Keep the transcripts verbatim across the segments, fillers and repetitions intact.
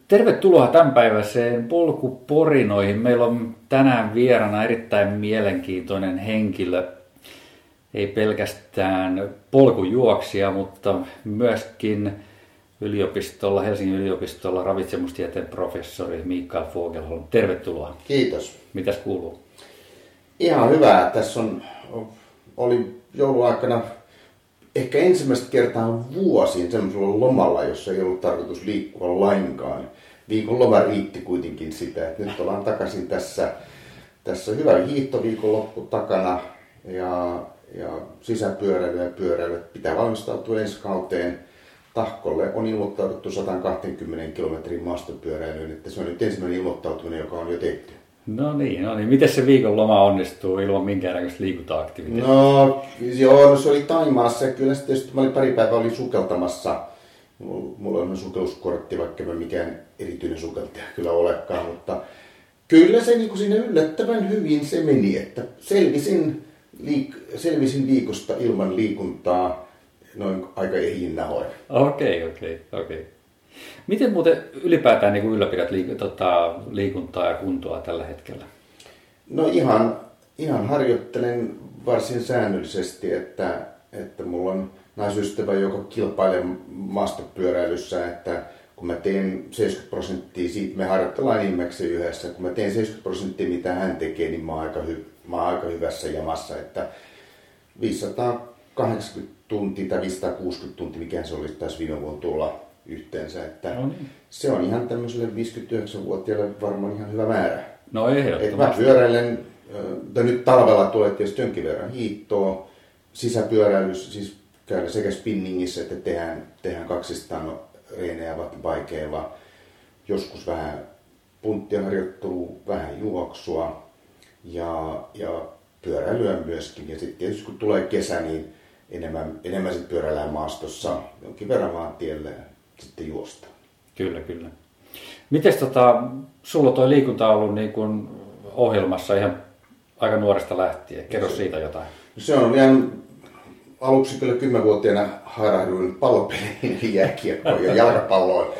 Tervetuloa tämänpäiväiseen polkuporinoihin. Meillä on tänään vieraana erittäin mielenkiintoinen henkilö. Ei pelkästään polkujuoksija, mutta myöskin yliopistolla, Helsingin yliopistolla ravitsemustieteen professori Mikael Fogelholm. Tervetuloa. Kiitos. Mitäs kuuluu? Ihan hyvää. Tässä on, oli jouluaikana ehkä ensimmäistä kertaa vuosiin semmoisella lomalla, jossa ei ollut tarkoitus liikkua lainkaan. Viikon loma riitti kuitenkin sitä, että nyt ollaan takaisin tässä, tässä hyvä hiihtoviikonloppu takana ja, ja sisäpyöräily ja pyöräily. Pitää valmistautua ensi kauteen. Tahkolle on ilmoittauduttu sata kaksikymmentä kilometrin maastopyöräilyyn, että se on nyt ensimmäinen ilmoittautuminen, joka on jo tehty. No niin, no niin. Miten se viikon loma onnistuu ilman minkäännäköistä liikunta-aktiviteettia? No joo, no se oli Taimaassa ja kyllä sitten mä olin pari päivää olin sukeltamassa. Mulla on sukelluskortti, vaikka mä mikään erityinen sukeltaja kyllä olekaan, mutta kyllä se niin kuin siinä yllättävän hyvin se meni, että selvisin, liik- selvisin viikosta ilman liikuntaa noin aika ehjin nahoin. Okei, okei, okei. Miten muuten ylipäätään niin ylläpidät liik- tota, liikuntaa ja kuntoa tällä hetkellä? No ihan, ihan harjoittelen varsin säännöllisesti, että, että mulla on naisystävä, joka kilpailee maastopyöräilyssä, että kun mä teen seitsemänkymmentä prosenttia siitä, me harjoitellaan ihmeeksi yhdessä, kun mä teen seitsemänkymmentä prosenttia mitä hän tekee, niin mä oon aika, hy, mä oon aika hyvässä jamassa, että viisisataakahdeksankymmentä tuntia tai viisisataakuusikymmentä tuntia, mikä se olisi taas viime vuonna tulla yhteensä, että no niin. Se on ihan tämmöiselle viisikymmentäyhdeksänvuotiaalle varmaan ihan hyvä määrä. No ehdottomasti. Mä pyöräilen, tai nyt talvella tulee tietysti jonkin verran hiihtoa, sisäpyöräilyssä, siis käydään sekä spinningissä, että tehdään, tehdään kaksistaan reenejä wattbikeilla, joskus vähän punttiharjoittelua, vähän juoksua ja, ja pyöräilyä myöskin. Ja sitten tietysti kun tulee kesä, niin enemmän, enemmän sitten pyöräillään maastossa, jonkin verran maantielle ja sitten juosta. Kyllä, kyllä. Mites tota, sulla toi liikunta on ollut niin kuin ohjelmassa ihan aika nuoresta lähtien? Kerro siitä jotain. Se on vielä aluksi kyllä kymmenvuotiaana harahduin pallopeleihin, jääkiekkoon ja jalkapalloon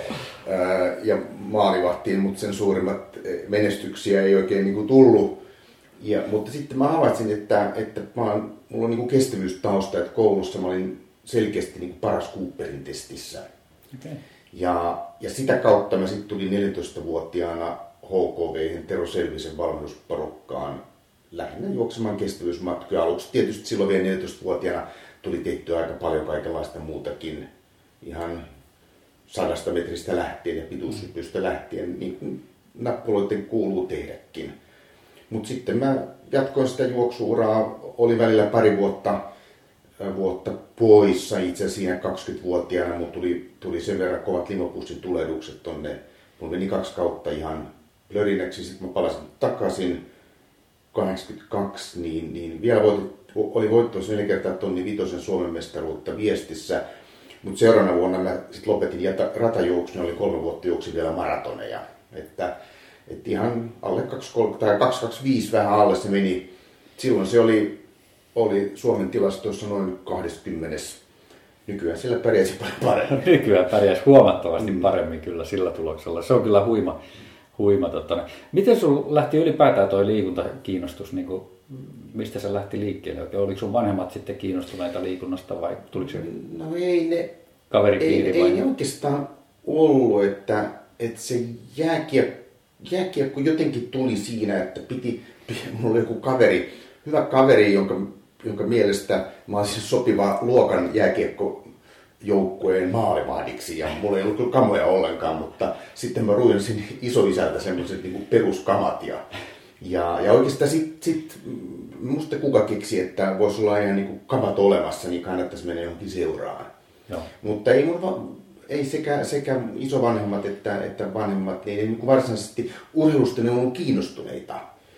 ja maalivahtiin, mutta sen suurimmat menestyksiä ei oikein niin kuin tullut. Ja, mutta sitten mä havaitsin, että, että mä oon, mulla on niin kuin kestävyystausta, että koulussa mä olin selkeästi niin kuin paras Cooperin testissä. Okay. Ja, ja sitä kautta mä sitten tulin neljätoistavuotiaana H K V:hen Tero Selvisen valmennusporukkaan lähinnä juoksemaan kestävyysmatkoja. Aluksi tietysti silloin vielä neljätoistavuotiaana tuli tehtyä aika paljon kaikenlaista muutakin, ihan sadasta metristä lähtien ja pituushypystä lähtien, niin kuin nappuloiden kuuluu tehdäkin. Mutta sitten mä jatkoin sitä juoksuuraa, oli välillä pari vuotta, vuotta poissa itse asiassa siinä kaksikymmentävuotiaana, mutta tuli, tuli sen verran kovat limopussin tulehdukset tonne. Mulla meni kaksi kautta ihan plörinäksi, sitten mä palasin takaisin kahdeksankymmentäkaksi, niin, niin vielä voitit, oli voittanut neljä kertaa tonni vitosen Suomen mestaruutta Viestissä, mutta seuraavana vuonna mä sitten lopetin ratajuoksun, oli kolme vuotta juoksin vielä maratoneja, että et ihan alle kaksisataakolmekymmentä tai kaksisataakaksikymmentäviisi vähän alle se meni. Silloin se oli, oli Suomen tilastoissa noin kaksikymmentä. Nykyään sillä pärjäsi paljon paremmin. Nykyään pärjäsi huomattavasti mm. paremmin kyllä sillä tuloksella. Se on kyllä huima. huima totta. Miten sun lähti ylipäätään toi liikuntakiinnostus? Niin kuin, mistä se lähti liikkeelle? Oliko sun vanhemmat sitten kiinnostuneita liikunnasta vai tuliko se no ei ne, kaveripiiri? Ei, ei ne oikeastaan ollut, että, että se jääkiekko Jääkiekko jotenkin tuli siinä, että piti, mulla oli joku kaveri, hyvä kaveri, jonka, jonka mielestä mä olisin sopiva luokan jääkiekkojoukkueen maalivahdiksi ja mulla ei ollut kyllä kamoja ollenkaan, mutta sitten mä ruinsin isoisältä semmoiset niin kuin peruskamat ja, ja, ja oikeastaan sitten sit, musta kuka keksi, että voisi olla ihan niin kuin kamat olemassa, niin kannattaisi mennä johonkin seuraan. Joo. Mutta ei mulla Ei sekä, sekä isovanhemmat että, että vanhemmat, niin ei niin varsinaisesti urheilusta ne on ollut kiinnostuneita.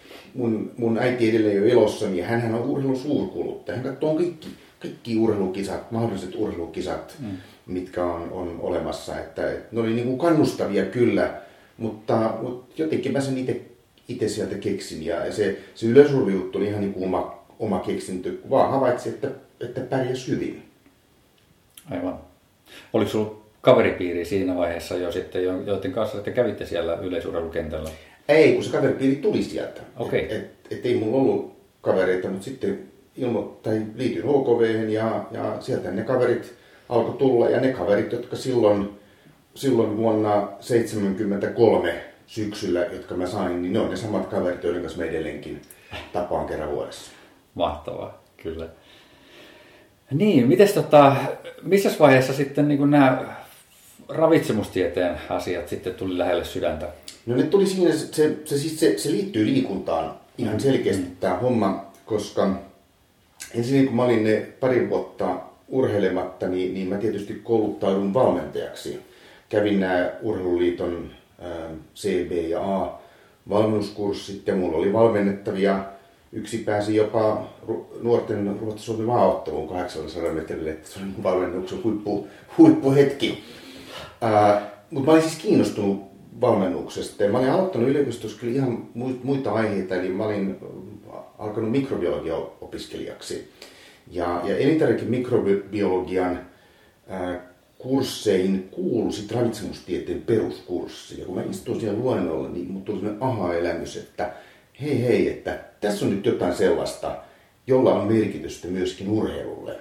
Mun, mun äiti edelleen jo elossa, niin hänhän on urheilun suurkuluttaja. Hän katsoo kaikki, kaikki urheilukisat, mahdolliset urheilukisat, mm. mitkä on, on olemassa. Että, että ne oli niin kuin kannustavia kyllä, mutta, mutta jotenkin mä sen itse, itse sieltä keksin. Ja, ja se, se yleisurheilu oli ihan niin kuin oma, oma keksintö, kun vaan havaitsi, että, että pärjäs hyvin. Aivan. Oliko sulla kaveripiiriä siinä vaiheessa jo sitten, joiden kanssa te kävitte siellä yleisurheilukentällä? Ei, kun se kaveripiiri tuli sieltä. Okay. Et, et, et ei mulla ollut kavereita, mutta sitten ilmo, tai liityin H K V:hen ja, ja sieltä ne kaverit alkoi tulla. Ja ne kaverit, jotka silloin, silloin vuonna seitsemänkymmentäkolme syksyllä, jotka mä sain, niin ne on ne samat kaverit, joiden kanssa mä edelleenkin tapaan kerran vuodessa. Mahtavaa, kyllä. Niin, mites tota, missä vaiheessa sitten niin nämä ravitsemustieteen asiat sitten tuli lähelle sydäntä? No ne tuli siinä, se, se, se, siis se, se liittyy liikuntaan ihan selkeästi mm. tämä homma, koska ensin kun mä olin ne pari vuotta urheilematta, niin, niin mä tietysti kouluttaudun valmentajaksi. Kävin nämä Urheiluliiton ää, C, B ja A valmennuskurssit ja mulla oli valmennettavia. Yksi pääsi jopa nuorten Ruotsi-Suomen maaotteluun kahdeksansadan metrille, että se oli valmennuksen huippu, huippuhetki. Ää, mutta mä olin siis kiinnostunut valmennuksesta. Ja mä olin aloittanut yliopistossa kyllä ihan muita aiheita, eli mä olin alkanut mikrobiologian opiskelijaksi. Ja, ja elintarvikemikrobiologian ää, kursseihin kuului sit ravitsemustieteen peruskurssi. Ja kun mä istuin siellä luennolla, niin mut tuli sellainen aha-elämys, että hei hei, että tässä on nyt jotain sellaista, jolla on merkitystä myöskin urheilulle.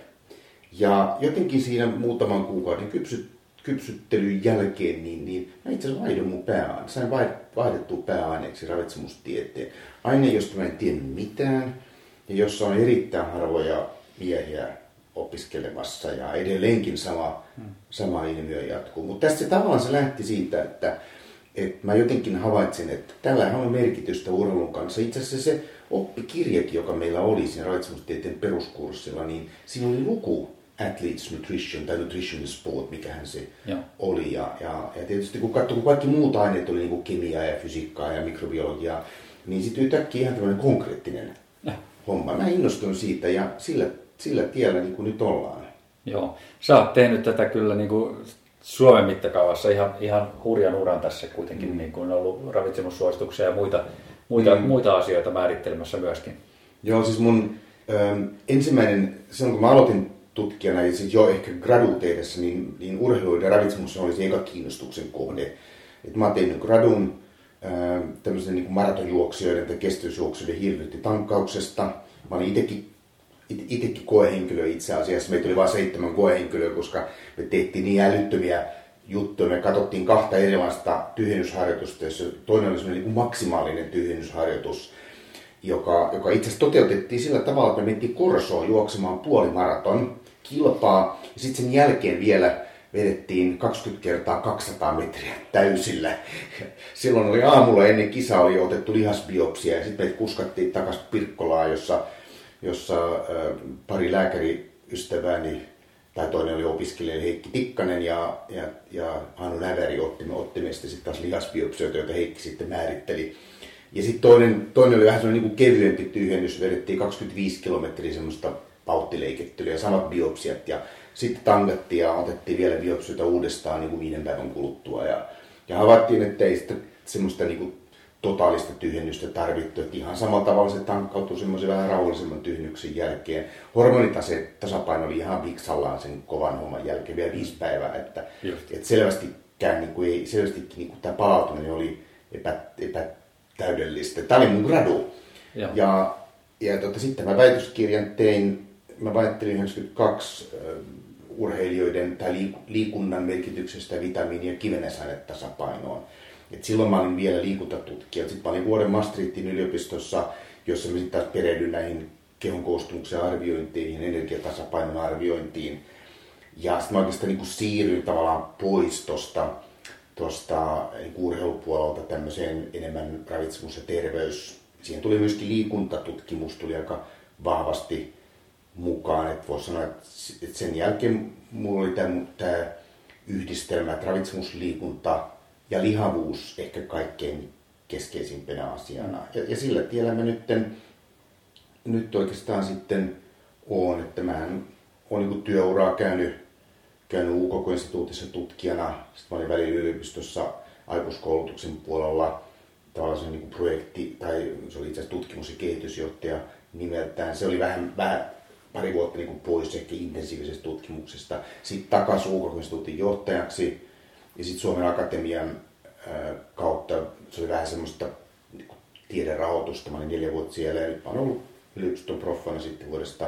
Ja jotenkin siinä muutaman kuukauden kypsy, kypsyttelyn jälkeen, niin, niin mä itse asiassa vaihdoin mun pääaine. Sain vaihdettua pääaineeksi ravitsemustieteen. Aine, josta mä en tiennyt mitään, ja jossa on erittäin harvoja miehiä opiskelemassa, ja edelleenkin sama, hmm. sama ilmiö jatkuu. Mutta tässä tavallaan se lähti siitä, että et mä jotenkin havaitsin, että tällä on merkitystä urheilun kanssa. Itse asiassa se oppikirjakin, joka meillä oli siinä ravitsemustieteen peruskurssilla, niin siinä oli luku Athletes Nutrition tai Nutrition Sport, mikähän se ja. oli. Ja, ja, ja tietysti kun katsoi, kun kaikki muut aineet oli niin kuin kemiaa ja fysiikkaa ja mikrobiologiaa, niin sitten yhtäkkiä ihan tämmöinen konkreettinen ja. homma. Mä innostuin siitä ja sillä, sillä tiellä niin kuin nyt ollaan. Joo, sä oot tehnyt tätä kyllä niin kuin Suomen mittakaavassa ihan, ihan hurjan uran tässä kuitenkin, mm. niin kuin on ollut ravitsemussuosituksia ja muita, muita, mm. muita asioita määrittelemässä myöskin. Joo, siis mun ö, ensimmäinen, silloin kun mä aloitin tutkijana ja siis jo ehkä gradun tehdessä, niin, niin urheilu ja ravitsemus oli se eka kiinnostuksen kohde. Et mä oon tehnyt gradun ö, tämmöisen niin kuin maratonjuoksijoiden tai kestävyysjuoksijoiden hiilihydraattitankkauksesta. Mä olin itekin Itsekin koehenkilö itse asiassa. Meitä oli vain seitsemän koehenkilöä, koska me tehtiin niin älyttömiä juttuja. Me katsottiin kahta erilaista tyhjennysharjoitusta, jossa toinen oli semmoinen niin kuin maksimaalinen tyhjennysharjoitus, joka, joka itse asiassa toteutettiin sillä tavalla, että me mentiin Korsoon juoksemaan puolimaraton kilpaa. Ja sitten sen jälkeen vielä vedettiin kaksikymmentä kertaa kaksisataa metriä täysillä. Silloin oli aamulla ennen kisaa oli otettu lihasbiopsia ja sitten meitä kuskattiin takaisin Pirkkolaan, jossa jossa äh, pari lääkäriystävääni, tai toinen oli opiskelija Heikki Tikkanen ja, ja, ja Hannu Näväri otti, otti meistä sitten taas lihasbiopsioita, joita Heikki sitten määritteli. Ja sitten toinen, toinen oli vähän sellainen niin kuin kevyempi tyhjennys, vedettiin kaksikymmentäviisi kilometriä semmoista pauttileikettelyä ja samat biopsiat. Ja sitten tangattiin ja otettiin vielä biopsioita uudestaan niin kuin viiden päivän kuluttua. Ja, ja havaittiin, että ei sitten semmoista niin kuin totaalista tyhjennystä tarvittu. Että ihan samalla tavalla se tankkautui semmoisen vähän rauhallisemman tyhjennyksen jälkeen. Hormonitase tasapaino oli ihan viksallaan sen kovan homman jälkeen vielä viisi päivää. Että, että selvästikään, niin kuin ei, selvästikin niin kuin tämä palautuminen oli epä, epätäydellistä. Tämä oli mun gradu. Ja, ja, ja tota, sitten mä väitöskirjan tein, mä väittelin yhdeksänkymmentäkaksi äh, urheilijoiden tai liikunnan merkityksestä vitamiini- ja kivenäisainetasapainoon. Et silloin mä olin vielä liikuntatutkija. Sitten mä olin vuoden Maastrichtin yliopistossa, jossa mä sitten taas perehdyin näihin kehon koostumuksen arviointeihin, energiatasapainon arviointiin. Ja sitten mä oikeastaan niin siirryin tavallaan pois tuosta tosta, niin urheilupuolelta tämmöiseen enemmän ravitsemus ja terveys. Siihen tuli myöskin liikuntatutkimus, tuli aika vahvasti mukaan. Et voisi sanoa, että sen jälkeen mulla oli tämä yhdistelmä, että ravitsemusliikunta ja lihavuus ehkä kaikkein keskeisimpänä asiana. Ja, ja sillä tiellä mä nyt, nyt oikeastaan sitten oon, että mähän olen niin työuraa käynyt, käynyt U K K-instituutissa tutkijana. Sitten mä olin välillä yliopistossa aikuiskoulutuksen puolella tavallaan se niin projekti, tai se oli itse asiassa tutkimus- ja kehitysjohtaja nimeltään. Se oli vähän, vähän pari vuotta niin kuin pois ehkä intensiivisestä tutkimuksesta. Sitten takaisin ulkoinstituutin johtajaksi ja sitten Suomen Akatemian ää, kautta se oli vähän semmoista niin kuin tiederahoitusta. Mä olin neljä vuotta siellä ja nyt mä olen ollut yliopiston proffana sitten vuodesta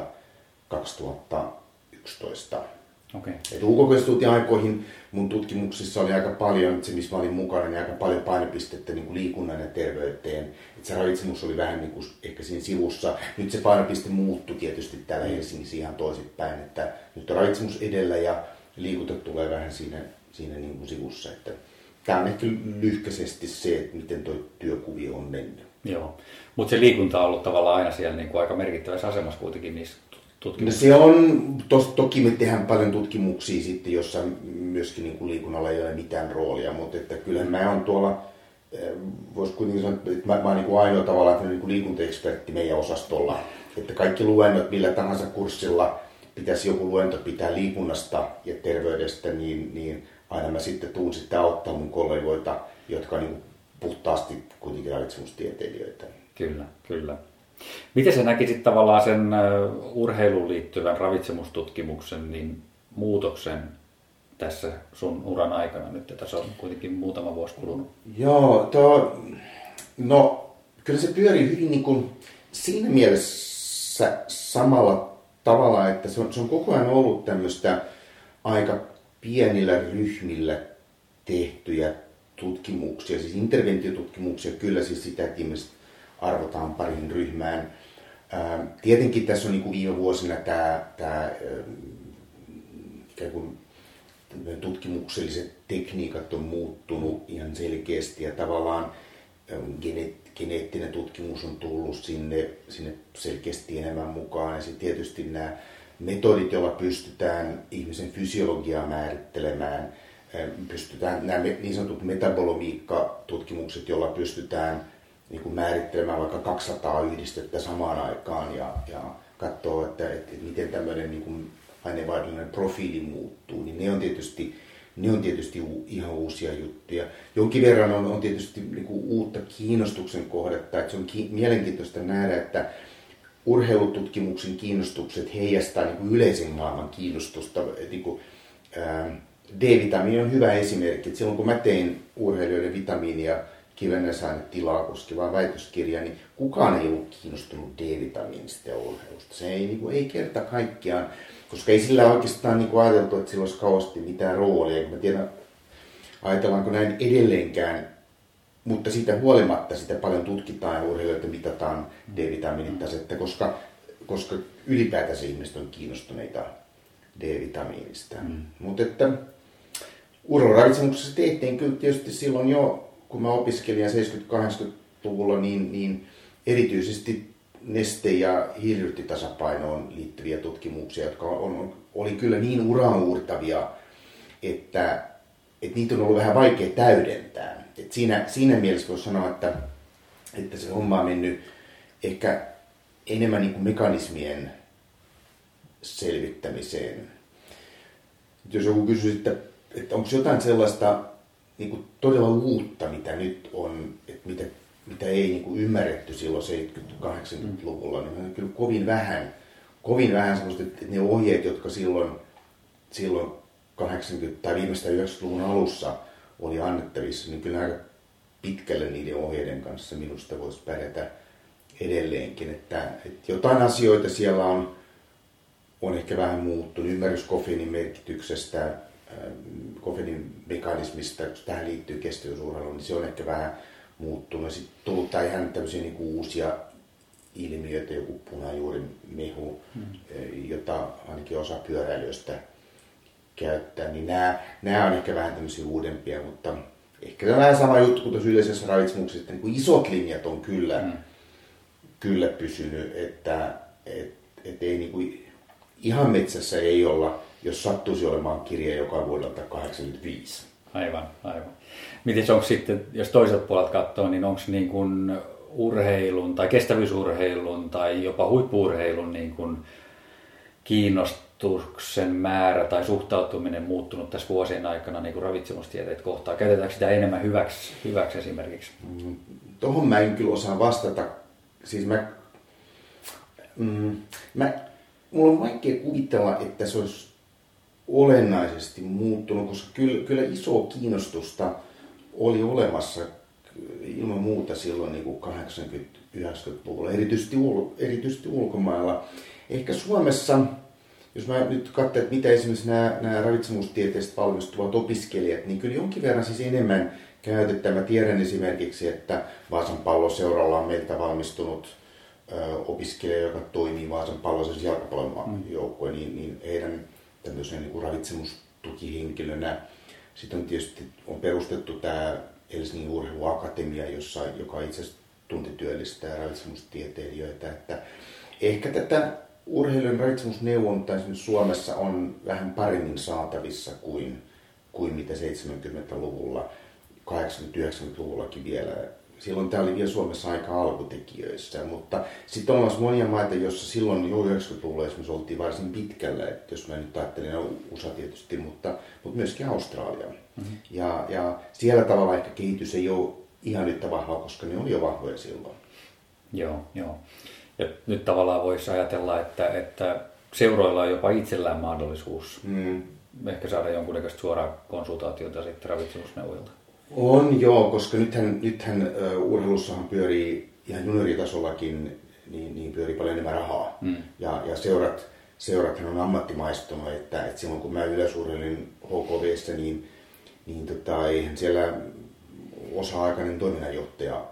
kaksituhattayksitoista. Okay. Ulkoinstituutin aikoihin mun tutkimuksissa oli aika paljon, se missä mä olin mukana, niin aika paljon painopistettä niin kuin liikunnan ja terveyteen. Et se ravitsemus oli vähän niin kuin ehkä siinä sivussa. Nyt se painopiste muuttui tietysti täällä Helsingissä ihan toisinpäin, että nyt on ravitsemus edellä ja liikunta tulee vähän siinä, siinä niin kuin sivussa. Että tämä on ehkä lyhkäisesti se, että miten tuo työkuvio on mennyt. Joo, mutta se liikunta on ollut tavallaan aina siellä niin kuin aika merkittävässä asemassa kuitenkin niissä tutkimuksissa. No se on, tos, toki me tehdään paljon tutkimuksia sitten, jossa myöskin niin kuin liikunnalla ei ole mitään roolia, mutta että kyllähän mä oon tuolla, voisi kuitenkin sanoa, että mä, mä oon niin kuin ainoa tavallaan niin kuin liikuntaekspertti meidän osastolla, että kaikki luennot millä tahansa kurssilla pitäisi joku luento pitää liikunnasta ja terveydestä, niin, niin aina mä sitten tuun sitten auttaa mun kollegoita, jotka on niin kuin puhtaasti kuitenkin ravitsemustieteilijöitä. Kyllä, kyllä. Miten sä näkisit tavallaan sen urheiluun liittyvän ravitsemustutkimuksen niin muutoksen tässä sun uran aikana nyt? Tässä on kuitenkin muutama vuosi kulunut. Joo, to, no kyllä se pyörii hyvin niin kuin siinä mielessä samalla tavalla, että se on, se on koko ajan ollut tämmöistä aika pienillä ryhmillä tehtyjä tutkimuksia, siis interventiotutkimuksia, kyllä siis sitä, että ihmiset arvotaan parin ryhmään. Tietenkin tässä on niin kuin viime vuosina tämä, tämä ikään kuin tutkimukselliset tekniikat on muuttunut ihan selkeästi ja tavallaan geneettinen tutkimus on tullut sinne, sinne selkeästi enemmän mukaan. Ja sitten tietysti nämä metodit, joilla pystytään ihmisen fysiologiaa määrittelemään, pystytään nämä niin sanotut metabolomiikkatutkimukset, joilla pystytään niin kuin määrittelemään vaikka kaksisataa yhdistettä samaan aikaan ja, ja katsoa, että, että miten tämmöinen niin kuin aineenvaihdollinen profiili muuttuu, niin ne on tietysti, ne on tietysti ihan uusia juttuja. Jonkin verran on, on tietysti niin kuin uutta kiinnostuksen kohdetta, että se on ki- mielenkiintoista nähdä, että urheilututkimuksen kiinnostukset heijastaa niin kuin yleisen maailman kiinnostusta. Että niin kuin, ää, D-vitamiini on hyvä esimerkki. Että silloin kun mä tein urheilijoiden vitamiinia kivennäisainnetilaa koskevaa väitöskirjaa, niin kukaan ei ollut kiinnostunut D-vitamiinista ja urheilusta. Se ei, niin kuin, ei kerta kaikkiaan, koska ei sillä oikeastaan niin kuin ajateltu, että sillä olisi kauheasti mitään roolia. Mä tiedän, ajatellaanko näin edelleenkään, mutta siitä huolimatta sitä paljon tutkitaan ja urheilijoita mitataan D-vitamiinitasetta, koska, koska ylipäätänsä ihmiset on kiinnostuneita D-vitamiinista. Mm. Mutta että urheiluravitsemuksessa tehtiin kyllä tietysti silloin jo, kun mä opiskelin seitsemänkymmentä-kahdeksankymmentäluvulla, niin, niin erityisesti neste- ja hiilihydraattitasapainoon liittyviä tutkimuksia, jotka on, oli kyllä niin uraauurtavia, että, että niitä on ollut vähän vaikea täydentää. Et siinä, siinä mielessä voisi sanoa, että, että se homma on mennyt ehkä enemmän niin kuin mekanismien selvittämiseen. Jos joku kysyisi, että, että onko jotain sellaista niin kuin todella uutta, mitä nyt on, että mitä, mitä ei niin kuin ymmärretty silloin seitsemänkymmentä-kahdeksankymmentäluvulla, niin on kyllä kovin vähän, kovin vähän semmoista, että ne ohjeet, jotka silloin, silloin kahdeksankymmentä- tai viimeistään yhdeksänkymmentäluvun alussa oli annettavissa, niin kyllä aika pitkälle niiden ohjeiden kanssa minusta voisi pärjätä edelleenkin. Että, että jotain asioita siellä on, on ehkä vähän muuttunut. Ymmärrys kofeiinin merkityksestä, kofeiinin mekanismista, kun tähän liittyy kestävyysurheiluun, niin se on ehkä vähän muuttunut. Sitten tullut ihan tämmöisiä niin kuin uusia ilmiöitä, joku punajuurimehu, hmm. jota ainakin osa pyöräilijöistä käyttää, niin nämä, nämä on ehkä vähän tämmöisiä uudempia, mutta ehkä se on vähän sama juttu kuin tuossa yleisessä ravitsemuksessa, että niin kuin isot linjat on kyllä, hmm. kyllä pysynyt, että et, et ei niin kuin, ihan metsässä ei olla, jos sattuisi olemaan kirja joka vuodelta kahdeksankymmentäviisi. Aivan, aivan. Miten onko sitten, jos toiselta puolelta katsoo, niin onko niin kuin urheilun tai kestävyysurheilun tai jopa huippu-urheilun niin kuin kiinnostuksen määrä tai suhtautuminen muuttunut tässä vuosien aikana niin kuin ravitsemustieteet kohtaan? Käytetäänkö sitä enemmän hyväksi, hyväksi esimerkiksi? Mm, Tuohon mä en kyllä osaa vastata. Siis mä, mm, mä mulla on vaikea kuvitella, että se olisi olennaisesti muuttunut, koska kyllä, kyllä isoa kiinnostusta oli olemassa ilman muuta silloin niin kuin kahdeksankymmentä-yhdeksänkymmentäluvulla, erityisesti, ul, erityisesti ulkomailla. Ehkä Suomessa, jos mä nyt katson, että mitä esimerkiksi nämä, nämä ravitsemustieteestä valmistuvat opiskelijat, niin kyllä jonkin verran siis enemmän käytetään. Mä tiedän esimerkiksi, että Vaasan Palloseuralla on meiltä valmistunut ö, opiskelija, joka toimii Vaasan Palloseurassa jalkapallon joukkueen, niin, niin heidän tämmöisen niin kuin ravitsemustukihenkilönä. Sitten on tietysti on perustettu tämä Helsingin urheiluakatemia, jossa, joka itse asiassa tuntityöllistää ravitsemustieteilijöitä. Että ehkä tätä urheilijan ravitsemusneuvontaa esimerkiksi Suomessa on vähän paremmin saatavissa kuin, kuin mitä seitsemänkymmentäluvulla, kahdeksankymmentä-yhdeksänkymmentäluvullakin vielä. Silloin tämä oli vielä Suomessa aika alkutekijöissä, mutta sitten on olemassa monia maita, joissa silloin jo yhdeksänkymmentäluvulla esimerkiksi oltiin varsin pitkällä, että jos mä nyt ajattelin, no U S A tietysti, mutta, mutta myöskin Australia. Mm-hmm. Ja, ja siellä tavalla ehkä kehitys ei ole ihan yhtä vahvaa, koska ne oli jo vahvoja silloin. Joo, joo. Ja nyt tavallaan voisi ajatella, että, että seuroilla on jopa itsellään mahdollisuus mm. ehkä saada jonkunnäköistä suoraa konsultaatiota sitten ravitsemusneuvojilta. On joo, koska nythän, nythän uh, urheilussahan pyörii ihan junioritasollakin niin, niin pyörii paljon enemmän rahaa. Mm. Ja, ja seurat, seurathan on ammattimaistunut, että, että silloin kun mä yleisurheilin H K V:ssä, niin, niin tota, eihän siellä osa-aikainen toiminnanjohtaja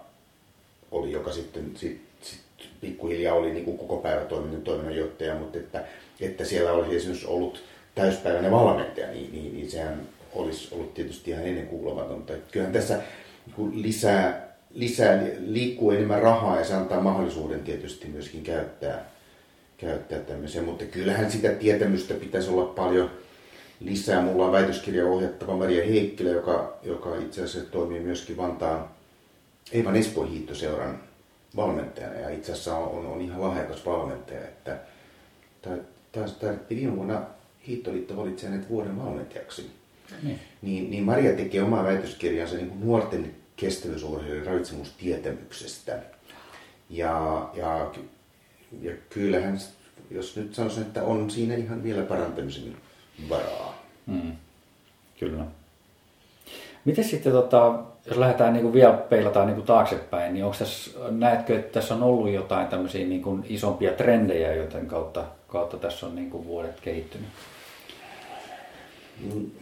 oli, joka sitten sit, sit pikkuhiljaa oli niin kuin koko päivä toiminnan toiminnanjohtaja, mutta että, että siellä olisi esimerkiksi ollut täyspäiväinen valmentaja, niin, niin, niin sehän olisi ollut tietysti ihan ennenkuulumatonta. Kyllähän tässä lisää, lisää liikkuu enemmän rahaa ja se antaa mahdollisuuden tietysti myöskin käyttää, käyttää tämmöisiä, mutta kyllähän sitä tietämystä pitäisi olla paljon lisää. Mulla on väitöskirjaohjattava Maria Heikkilä, joka, joka itse asiassa toimii myöskin Vantaan, ei vaan Espoon hiihtoseuran valmentajana ja itse asiassa on, on ihan lahjakas valmentaja. Että taas tarvittiin viime vuonna Hiihtoliitto valitsi hänet vuoden valmentajaksi. Niin. Niin, niin Maria tekee omaa väitöskirjansa niin kuin nuorten kestävyysurheilijoiden ravitsemustietämyksestä. Ja, ja, ja kyllähän, jos nyt sanoisin, että on siinä ihan vielä parantamisen varaa. Mm. Kyllä. Miten sitten, tota, jos lähdetään niin kuin vielä peilataan niin kuin taaksepäin, niin onko tässä, näetkö, että tässä on ollut jotain tämmöisiä niin kuin isompia trendejä, joten kautta, kautta tässä on niin kuin vuodet kehittynyt? Mm.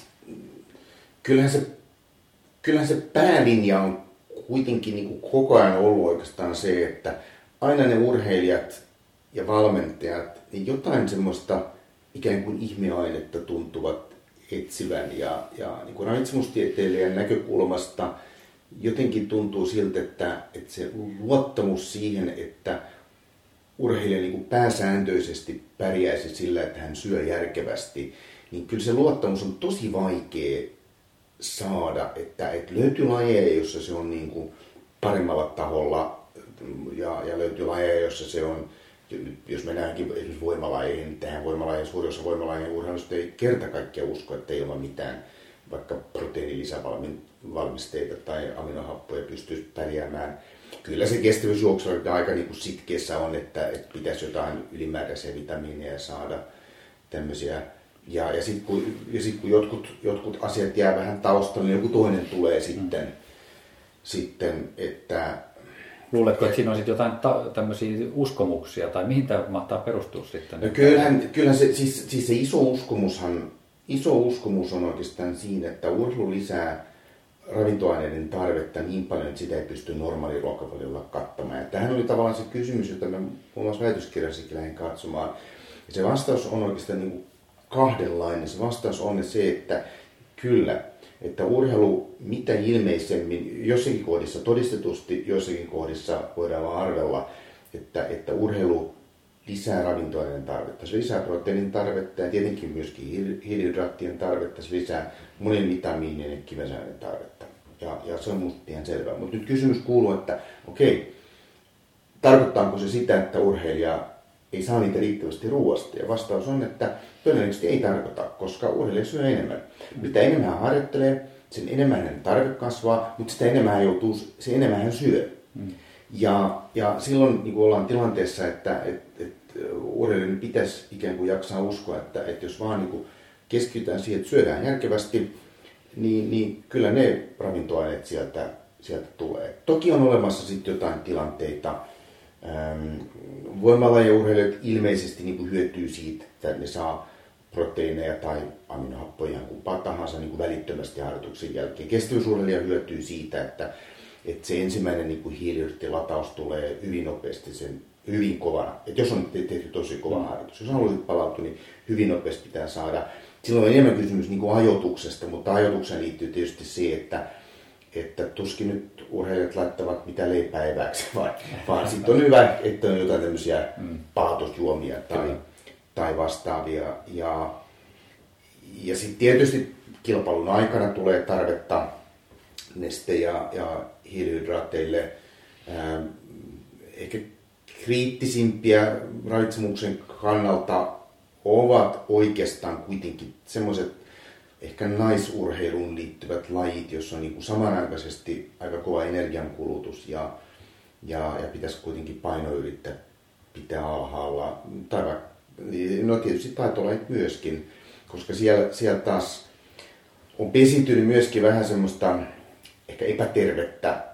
Kyllähän se, kyllähän se päälinja on kuitenkin niin kuin koko ajan ollut oikeastaan se, että aina ne urheilijat ja valmentajat niin jotain semmoista ikään kuin ihmeainetta tuntuvat etsivän. Ja, ja niin kuin ravitsemustieteilijän näkökulmasta jotenkin tuntuu siltä, että, että se luottamus siihen, että urheilija niin kuin pääsääntöisesti pärjäisi sillä, että hän syö järkevästi, niin kyllä se luottamus on tosi vaikea saada, että, että löytyy lajeja, jossa se on niin kuin paremmalla taholla ja, ja löytyy lajeja, jossa se on, jos mennäänkin esimerkiksi voimalajeihin, niin tähän voimalajeihin, suurin osa voimalajien urheilusta ei kerta kaikkiaan usko, että ilman mitään vaikka proteiinilisävalmisteita tai aminohappoja pystyisi pärjäämään. Kyllä se kestävyysjuoksu aika niin kuin sitkeässä on, että, että pitäisi jotain ylimääräisiä vitamiineja saada, tämmöisiä. Ja, ja sitten kun, ja sit, kun jotkut, jotkut asiat jää vähän taustalle, niin joku toinen tulee sitten, mm. sitten että... Luuletko, että siinä on sitten jotain ta- tämmöisiä uskomuksia, tai mihin tämä mahtaa perustua sitten? No kyllähän, kyllähän se, siis, siis se iso uskomushan, iso uskomus on oikeastaan siinä, että urheilu lisää ravintoaineiden tarvetta niin paljon, että sitä ei pysty normaaliruokavaliolla kattamaan. Ja tämähän oli tavallaan se kysymys, jota mä muun muassa väitöskirjassakin lähdin katsomaan. Ja se vastaus on oikeastaan niin kuin kahdenlainen. Se vastaus on se, että kyllä, että urheilu mitä ilmeisemmin, jossakin kohdissa todistetusti, jossakin kohdissa voidaan vaan arvella, että, että urheilu lisää ravintoaineiden tarvetta, se lisää proteiinin tarvetta ja tietenkin myöskin hiilihydraattien tarvetta, se lisää monien vitamiinien ja kivensaineiden tarvetta. Ja, ja se on musta ihan selvää. Mutta nyt kysymys kuuluu, että okei, tarkoittaako se sitä, että urheilija ei saa niitä riittävästi ruoasta? Ja vastaus on, että todennäköisesti ei tarkoita, koska urheilija syö enemmän. Mitä enemmän hän harjoittelee, sen enemmän hän tarve kasvaa, mutta sitä enemmän hän joutuu, se enemmän hän syö. Mm. Ja, ja silloin niin ollaan tilanteessa, että et, et urheilijoiden pitäisi ikään kuin jaksaa uskoa, että, että jos vaan niin keskitytään siihen, että syödään järkevästi, niin, niin kyllä ne ravintoaineet sieltä, sieltä tulee. Toki on olemassa sitten jotain tilanteita. Ähm, voimalajiurheilijat ilmeisesti niin kuin hyötyy siitä, että ne saa proteiineja tai aminohappoja ihan kumpaa tahansa niin kuin välittömästi harjoituksen jälkeen. Kestävyysurheilija hyötyy siitä, että, että se ensimmäinen niin kuin hiilihydraattilataus tulee hyvin nopeasti, sen hyvin kovana. Että jos on tehty tosi kova harjoitus, jos haluaisit palautua, niin hyvin nopeasti pitää saada. Silloin on enemmän kysymys niin kuin ajoituksesta, mutta ajoitukseen liittyy tietysti se, että, että tuskin nyt urheilijat laittavat mitä leipää evääksi, vaan, vaan sitten on hyvä, että on jotain tämmöisiä mm. palautusjuomia tai, tai vastaavia. Ja, ja sitten tietysti kilpailun aikana tulee tarvetta neste- ja, ja hiilihydraateille. Ähm, ehkä kriittisimpiä ravitsemuksen kannalta ovat oikeastaan kuitenkin semmoiset ehkä naisurheiluun liittyvät lajit, joissa on niin kuin samanaikaisesti aika kova energiankulutus ja, ja, ja pitäisi kuitenkin paino yrittää pitää alhaalla. Tai vaikka, no tietysti taitolajit myöskin, koska siellä, siellä taas on pesiytynyt myöskin vähän semmoista ehkä epätervettä ää,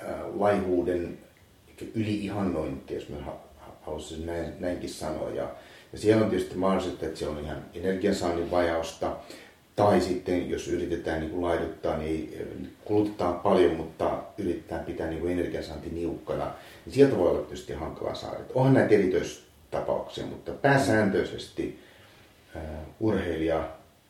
laihuuden yli-ihannointia, jos mä haluaisin näin, näinkin sanoa. Ja, ja siellä on tietysti mahdollista, että siellä on ihan energiansaannin vajausta. Tai sitten, jos yritetään niin kuin laiduttaa, niin kulutetaan paljon, mutta yritetään pitää niin kuin energiansaanti niukkana. Niin sieltä voi olla tietysti hankalaa saada. Onhan näitä erityistapauksia, mutta pääsääntöisesti äh, urheilija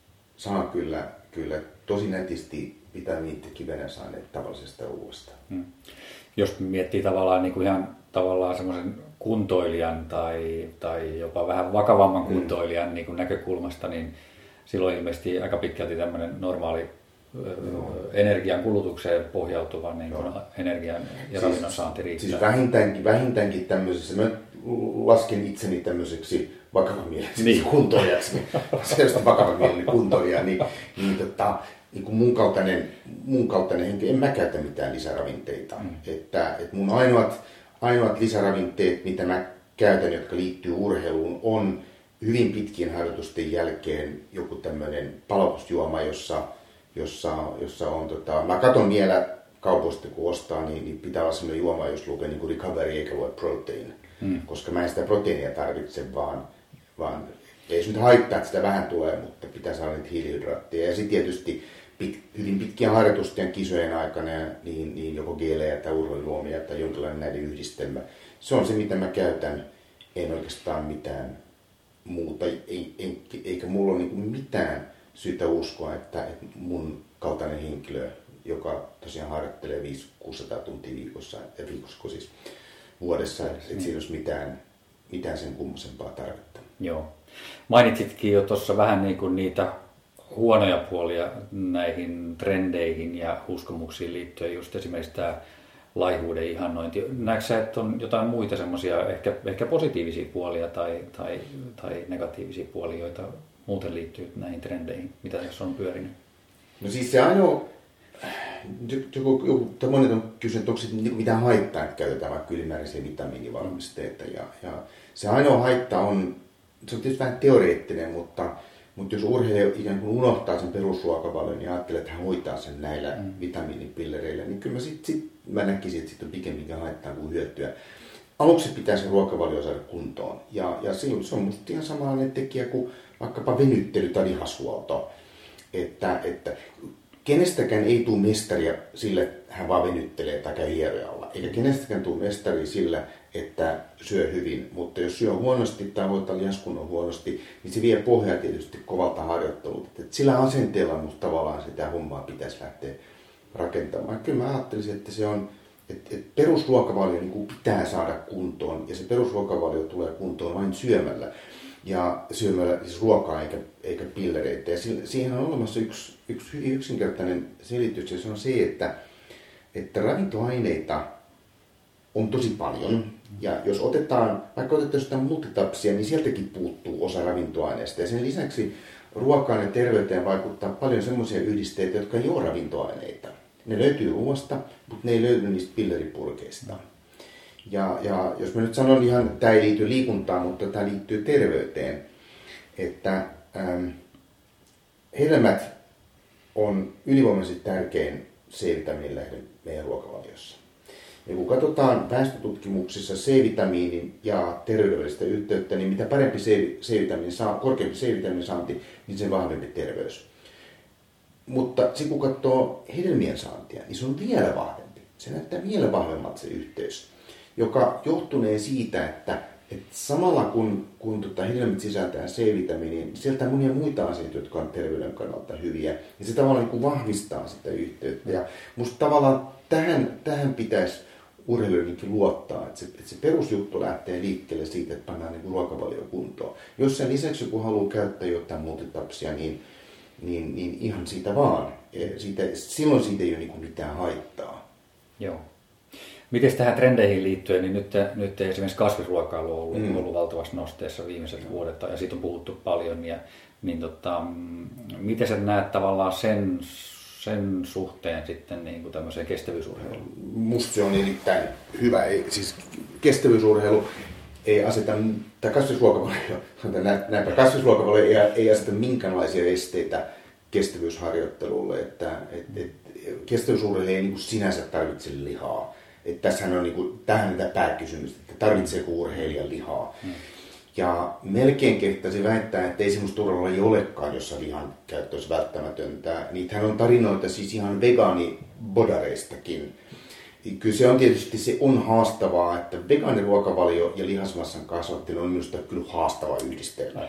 saa kyllä, kyllä tosi nätisti vitamiinit ja kivenensaineet tavallisesta ruoasta. Hmm. Jos miettii tavallaan niin kuin ihan tavallaan semmoisen kuntoilijan tai, tai jopa vähän vakavamman kuntoilijan hmm. niin kuin näkökulmasta, niin silloin ilmeisesti aika pitkälti tämmöinen normaali no. energian kulutukseen pohjautuva niin kuin no. energian ja ravinnon saanti riittää. Siis vähintäänkin, vähintäänkin tämmöisessä, mä lasken itseni tämmöiseksi vakavamieliseksi niin. kuntoilijaksi, selvästi vakavamielinen kuntoilija, niin, niin, tota, niin kuin mun kaltainen, mun kaltainen henkilö, en mä käytä mitään lisäravinteita. Mm. Että, että mun ainoat, ainoat lisäravinteet, mitä mä käytän, jotka liittyy urheiluun, on hyvin pitkien harjoitusten jälkeen joku tämmöinen palautusjuoma, jossa, jossa, jossa on, tota, mä katson vielä kaupoista kun ostaa, niin, niin pitää olla semmoinen juoma, jos lukee niin kuin recovery eikä lue protein, mm. koska mä en sitä proteiinia tarvitse, vaan, vaan ei se nyt haittaa, että sitä vähän tulee, mutta pitää saada niitä hiilihydraatteja. Ja sitten tietysti pit, hyvin pitkien harjoitusten kisojen aikana, niin, niin joko geelejä tai urheilujuomia tai jonkinlainen näiden yhdistelmä. Se on se, mitä mä käytän, en oikeastaan mitään muuta, ei, ei, eikä mulla ole niin mitään syytä uskoa, että, että mun kaltainen henkilö, joka tosiaan harjoittelee viisi kuusisataa tuntia viikossa, ja viikossa siis vuodessa, että mm. siinä olisi mitään, mitään sen kummosempaa tarvetta. Joo. Mainitsitkin jo tuossa vähän niin kuin niitä huonoja puolia näihin trendeihin ja uskomuksiin liittyen, just esimerkiksi tämä laihuuden ihannointi. Näetkö sä, että on jotain muita semmoisia ehkä, ehkä positiivisia puolia tai, tai, tai negatiivisia puolia, joita muuten liittyy näihin trendeihin, mitä tässä on pyörinyt? No siis se ainoa, joku, joku tämmöinen on kysynyt, onko se mitään haittaa, että käytetään vaikka ylimääräisiä vitamiinivalmisteita. Ja, ja se ainoa haitta on, se on tietysti vähän teoreettinen, mutta, mutta jos urheilija ikään kuin unohtaa sen perusruokavalion ja ajattelee, että hän hoitaa sen näillä mm. vitamiinipillereillä, niin kyllä mä, sit, sit, mä näkisin, että siitä on pikemminkin haittaa kuin hyötyä. Aluksi pitää se ruokavalio saada kuntoon. Ja, ja silloin se on musta ihan samanlainen tekijä kuin vaikkapa venyttely tai lihashuolto. Että, että kenestäkään ei tule mestaria sillä, että hän vaan venyttelee tai käy hierojalla. Eikä kenestäkään tule mestaria sillä, että syö hyvin. Mutta jos syö huonosti tai hoitaa lihaskunnon huonosti, niin se vie pohjaa tietysti kovalta harjoittelulta. Että sillä asenteella musta tavallaan sitä hommaa pitäisi lähteä rakentamaan. Kyllä mä ajattelisin, että se on, että, että perusruokavalio niin kuin pitää saada kuntoon. Ja se perusruokavalio tulee kuntoon vain syömällä. Ja syömällä siis ruokaa eikä, eikä pillereitä. Ja siihen on olemassa yksi, yksi hyvin yksinkertainen selitys, ja se on se, että, että ravintoaineita on tosi paljon. Ja jos otetaan, vaikka otetaan sitä multitapsia, niin sieltäkin puuttuu osa ravintoaineista. Ja sen lisäksi ruokaan ja terveyteen vaikuttaa paljon semmoisia yhdisteitä, jotka ei ole ravintoaineita. Ne löytyy ruoasta, mutta ne ei löydy niistä pilleripurkeista. Ja, ja jos mä nyt sanon ihan, tämä ei liity liikuntaan, mutta tämä liittyy terveyteen, että ähm, hedelmät on ylivoimaisesti tärkein C-vitamiinilähde meidän ruokavaliossa. Ja kun katsotaan väestötutkimuksissa C-vitamiinin ja terveydellistä yhteyttä, niin mitä parempi C-vitamiinin saa, korkeampi C-vitamiinin saanti, niin sen vahvempi terveys. Mutta sitten kun katsoo hedelmien saantia, niin se on vielä vahvempi. Se näyttää vielä vahvemmalta se yhteys, joka johtunee siitä, että, että samalla kun, kun tota hedelmät sisältää C-vitamiiniin, niin sieltä on monia muita asioita, jotka on terveyden kannalta hyviä. Ja se tavallaan niin kuin vahvistaa sitä yhteyttä. Ja musta tavallaan tähän, tähän pitäisi urheilijoidenkin luottaa, että se, että se perusjuttu lähtee liikkeelle siitä, että pannaan niin kuin ruokavalio kuntoon. Jos sen lisäksi joku haluaa käyttää jotain multitapsia, niin, niin, niin ihan siitä vaan. Siitä, silloin siitä ei ole niin kuin mitään haittaa. Joo. Miten tähän trendeihin liittyen, niin nyt, nyt esimerkiksi kasvisruokailu on ollut, mm. ollut valtavasti nosteessa viimeiset vuodet ja siitä on puhuttu paljon. Ja, niin tota, miten sä näet tavallaan sen, sen suhteen sitten niin kuin tämmöiseen kestävyysurheiluun? Musta se on erittäin hyvä. Siis kestävyysurheilu ei aseta, tai kasvisruokavalio, näinpä kasvisruokavalio ei, ei aseta minkäänlaisia esteitä kestävyysharjoittelulle. Että, et, et, kestävyysurheilu ei niin kuin sinänsä tarvitse lihaa. Että tässähän on niin kuin, tähän tämä pääkysymys, että tarvitseeko urheilija lihaa. Hmm. Ja melkein kehtäisi väittää, että ei semmoista urheilua ei olekaan, jossa lihan käyttö olisi välttämätöntä. Niitähän on tarinoita siis ihan vegaanibodareistakin. Kyllä se on tietysti se on haastavaa, että vegaaniruokavalio ja lihasmassan kasvattelu on minusta kyllä haastava yhdistelmä.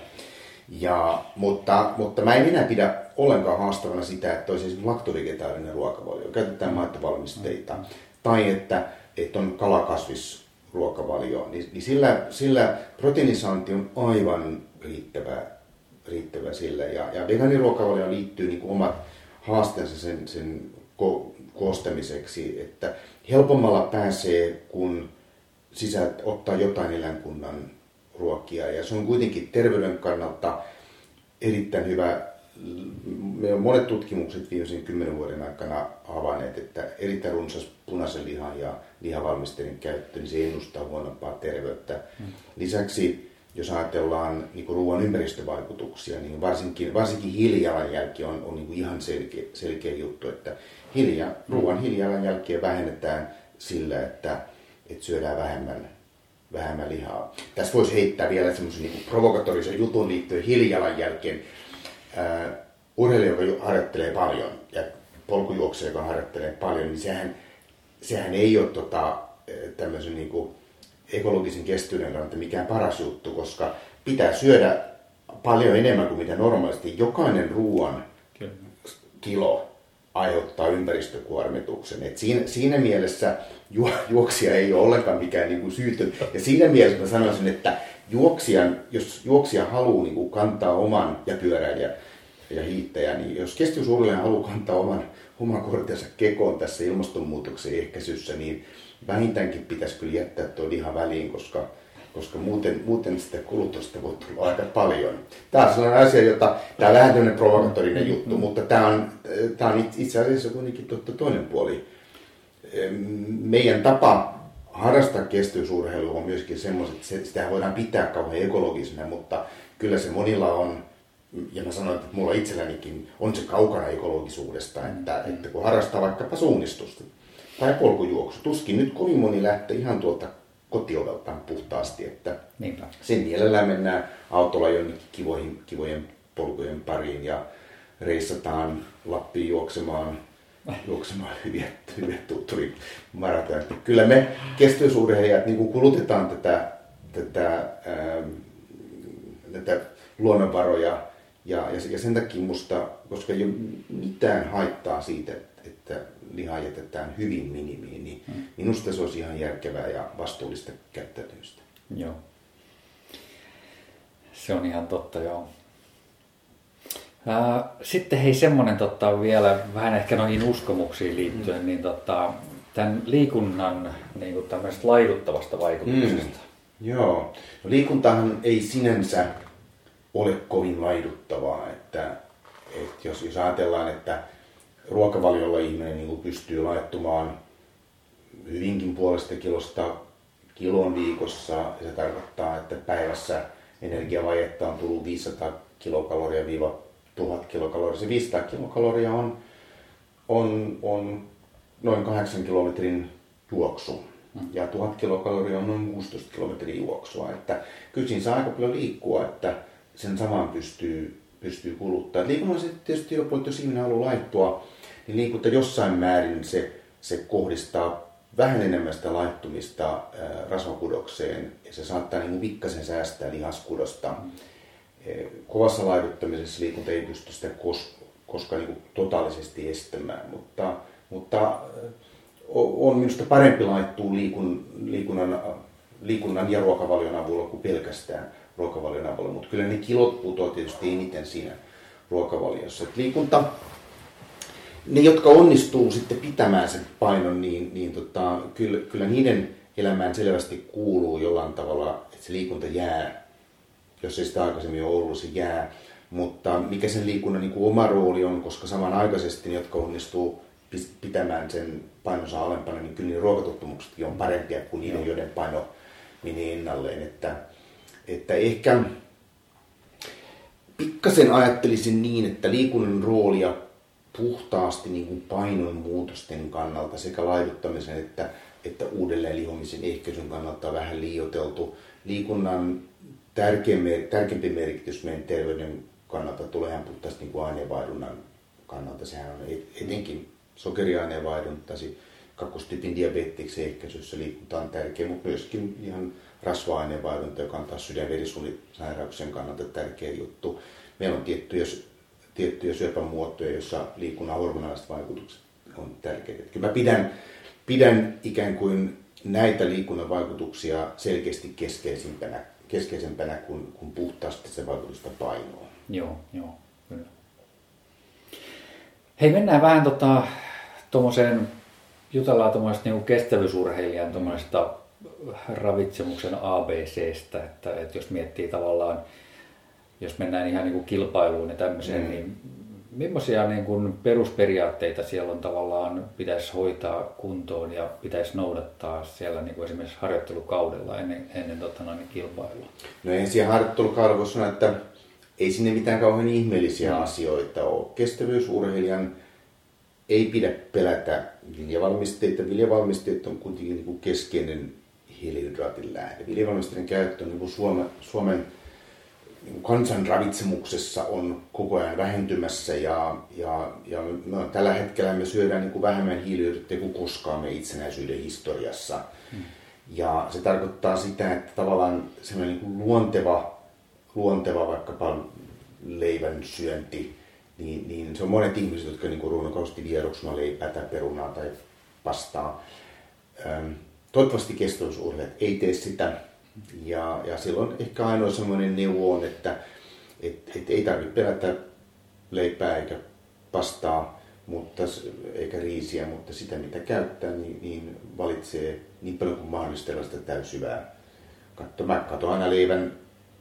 Ja, mutta, mutta mä en enää pidä ollenkaan haastavana sitä, että olisi esimerkiksi laktovegetaarinen ruokavalio. Käytetään maitovalmisteita. Hmm. Tai että, että on kalakasvisruokavalio, niin, niin sillä, sillä proteiinisaanti on aivan riittävä, riittävä sillä. Ja, ja vegaaniruokavalioon liittyy niin kuin omat haasteensa sen, sen ko, koostamiseksi, että helpommalla pääsee, kun sisältä ottaa jotain eläinkunnan ruokia. Ja se on kuitenkin terveyden kannalta erittäin hyvä. Monet tutkimukset viimeisen kymmenen vuoden aikana havainneet, että erittäin runsas punaisen lihan ja lihavalmisteiden käyttö, niin se ennustaa huonompaa terveyttä. Mm. Lisäksi, jos ajatellaan niin kuin ruoan ympäristövaikutuksia, niin varsinkin, varsinkin hiilijalanjälki on, on niin kuin ihan selkeä, selkeä juttu, että hiilija, mm. ruoan hiilijalanjälkeä vähennetään sillä, että, että syödään vähemmän, vähemmän lihaa. Tässä voisi heittää vielä semmoisen niin kuin provokatorisen jutun liittyen hiilijalanjälkeen. Uh, urheilija, joka harjoittelee paljon ja polkujuoksija, joka harjoittelee paljon, niin sehän, sehän ei ole tota, tämmöisen niin kuin ekologisen kestävyyden kannalta mikään paras juttu, koska pitää syödä paljon enemmän kuin mitä normaalisti. Jokainen ruoan Kyllä. kilo aiheuttaa ympäristökuormituksen. Et siinä, siinä mielessä ju, juoksija ei ole ollenkaan mikään niin kuin syytön. Ja siinä mielessä mä sanoisin, että juoksijan, jos juoksija haluaa niin kuin kantaa oman ja pyöräilijä ja hiihtäjä, niin jos kestävyysurheilija haluaa kantaa oman, oman kortensa kekoon tässä ilmastonmuutoksen ehkäisyssä, niin vähintäänkin pitäisi kyllä jättää tuo liha väliin, koska, koska muuten, muuten sitä kulutusta voi tulla aika paljon. Tämä on sellainen asia, jota, tämä on vähän tämmöinen provokatorinen juttu, mutta tämä on, tämä on itse asiassa kuitenkin toinen puoli. Meidän tapa harrastaa kestävyysurheilua on myöskin semmoiset, että sitä voidaan pitää kauhean ekologisena, mutta kyllä se monilla on, ja mä sanoin, että mulla itsellänikin on se kaukana ekologisuudesta, että, että kun harrastaa vaikkapa suunnistusta tai polkujuoksu, tuskin nyt kovin moni lähtee ihan tuolta kotioveltaan puhtaasti, että Niinpä. sen mielellään mennään autolla jonnekin kivoihin, kivojen polkujen pariin ja reissataan Lappiin juoksemaan juoksemaan hyviä, hyviä tutturit maratonit. Kyllä me kestävyysurheilijat niin kulutetaan tätä, tätä, ää, tätä luonnonvaroja ja, ja sen takia musta, koska ei ole mitään haittaa siitä, että lihaa jätetään hyvin minimiin, niin hmm. minusta se olisi ihan järkevää ja vastuullista käyttäytymistä. Joo. Se on ihan totta, joo. Sitten hei semmoinen tota, vielä vähän ehkä noihin uskomuksiin liittyen, mm. niin tota, tämän liikunnan niin kuin tämmöisestä laiduttavasta vaikutuksesta. Mm. Joo, no, liikuntahan ei sinänsä ole kovin laiduttavaa, että, että jos, jos ajatellaan, että ruokavaliolla ihminen niin kuin pystyy laittumaan hyvinkin puolesta kilosta kilon viikossa. Ja se tarkoittaa, että päivässä energiavajetta on tullut viisisataa kilokaloria viiva tuhat kilokaloria. Se viisisataa kilokaloria on, on, on noin kahdeksan kilometrin juoksu. Ja tuhat kilokaloria on noin kuusitoista kilometrin juoksua. Että kyllä siinä saa aika paljon liikkua, että sen saman pystyy, pystyy kuluttamaan. Liikunnallisesti tietysti joku, jos ihminen haluaa laittua, niin liikunta jossain määrin se, se kohdistaa vähän enemmän sitä laittumista ää, rasvakudokseen. Ja se saattaa niin kuin pikkasen säästää lihaskudosta. Mm. Kovassa laiduttamisessa liikunta ei pysty sitä kos, koskaan niin kuin totaalisesti estämään, mutta, mutta on minusta parempi laittua liikun, liikunnan, liikunnan ja ruokavalion avulla kuin pelkästään ruokavalion avulla, mutta kyllä ne kilot putoaa tietysti eniten siinä ruokavaliossa. Et liikunta, ne jotka onnistuu sitten pitämään sen painon, niin, niin tota, kyllä, kyllä niiden elämään selvästi kuuluu jollain tavalla, että se liikunta jää, jos ei sitä aikaisemmin ole ollut, se jää. Mutta mikä sen liikunnan niin kuin oma rooli on, koska samanaikaisesti ne, jotka onnistuu pitämään sen painonsa alempana, niin kyllä niin ruokatottumuksetkin on parempia kuin niiden, joiden paino meni ennalleen. Että, että ehkä pikkasen ajattelisin niin, että liikunnan roolia puhtaasti niin kuin painon muutosten kannalta sekä laiduttamisen että, että uudelleen lihomisen ehkäisyn kannalta on vähän liioiteltu. Liikunnan tärkeimpi, tärkeimpi merkitys meidän terveyden kannalta tulee ihan puhtaasti niin kuin aineenvaihdunnan kannalta. Sehän on etenkin sokeriaineenvaihduntasi, kakkostyypin diabeteksen ehkäisyssä liikunta on tärkeä, mutta myöskin ihan rasva-aineenvaihdunta, joka on taas sydän-verisuonisairauksien kannalta tärkeä juttu. Meillä on tiettyjä, tiettyjä syöpämuotoja, joissa liikunnan hormonaaliset vaikutukset on tärkeitä. Kyllä mä pidän, pidän ikään kuin näitä liikunnan vaikutuksia selkeästi keskeisimpänä, keskeisempänä kuin, kuin puhtaasti se vaikutusta painoon. Joo, joo, kyllä. Hei, mennään vähän tota, tuommoiseen, jutellaan tuommoisesta niin kestävyysurheilijan tuommoisesta ravitsemuksen A B C:stä, että, että jos miettii tavallaan, jos mennään ihan niin kuin kilpailuun ja tämmöiseen, mm. niin millaisia niin kuin perusperiaatteita siellä on tavallaan pitäisi hoitaa kuntoon ja pitäisi noudattaa siellä niin kuin esimerkiksi harjoittelukaudella ennen, ennen tota, noin, kilpailua? No ensin harjoittelukaudella voisi sanoa, että ei sinne mitään kauhean ihmeellisiä mm. asioita ole. Kestävyysurheilijan ei pidä pelätä viljavalmisteita. Viljavalmisteet on kuitenkin niin kuin keskeinen hiilihydraatin lähde. Viljavalmisteiden käyttö niin kuin Suomen, Suomen niin kuin kansanravitsemuksessa on koko ajan vähentymässä ja, ja, ja me, tällä hetkellä me syödään niin kuin vähemmän hiilihydraatteja kuin koskaan me itsenäisyyden historiassa. Mm. Ja se tarkoittaa sitä, että tavallaan semmoinen niin kuin luonteva, luonteva vaikkapa leivän syönti, niin, niin se on monet ihmiset, jotka niin kuin ruokaisesti vieroksuna leipää tai perunaa tai pastaa. Ähm, toivottavasti kestävyysurheilijat ei tee sitä. Ja, ja silloin ehkä ainoa semmoinen neuvo on, että et, et ei tarvitse pelätä leipää eikä pastaa, mutta, eikä riisiä, mutta sitä mitä käyttää, niin, niin valitsee niin paljon kuin mahdollista sitä täysjyvää. Katso, mä katson aina leivän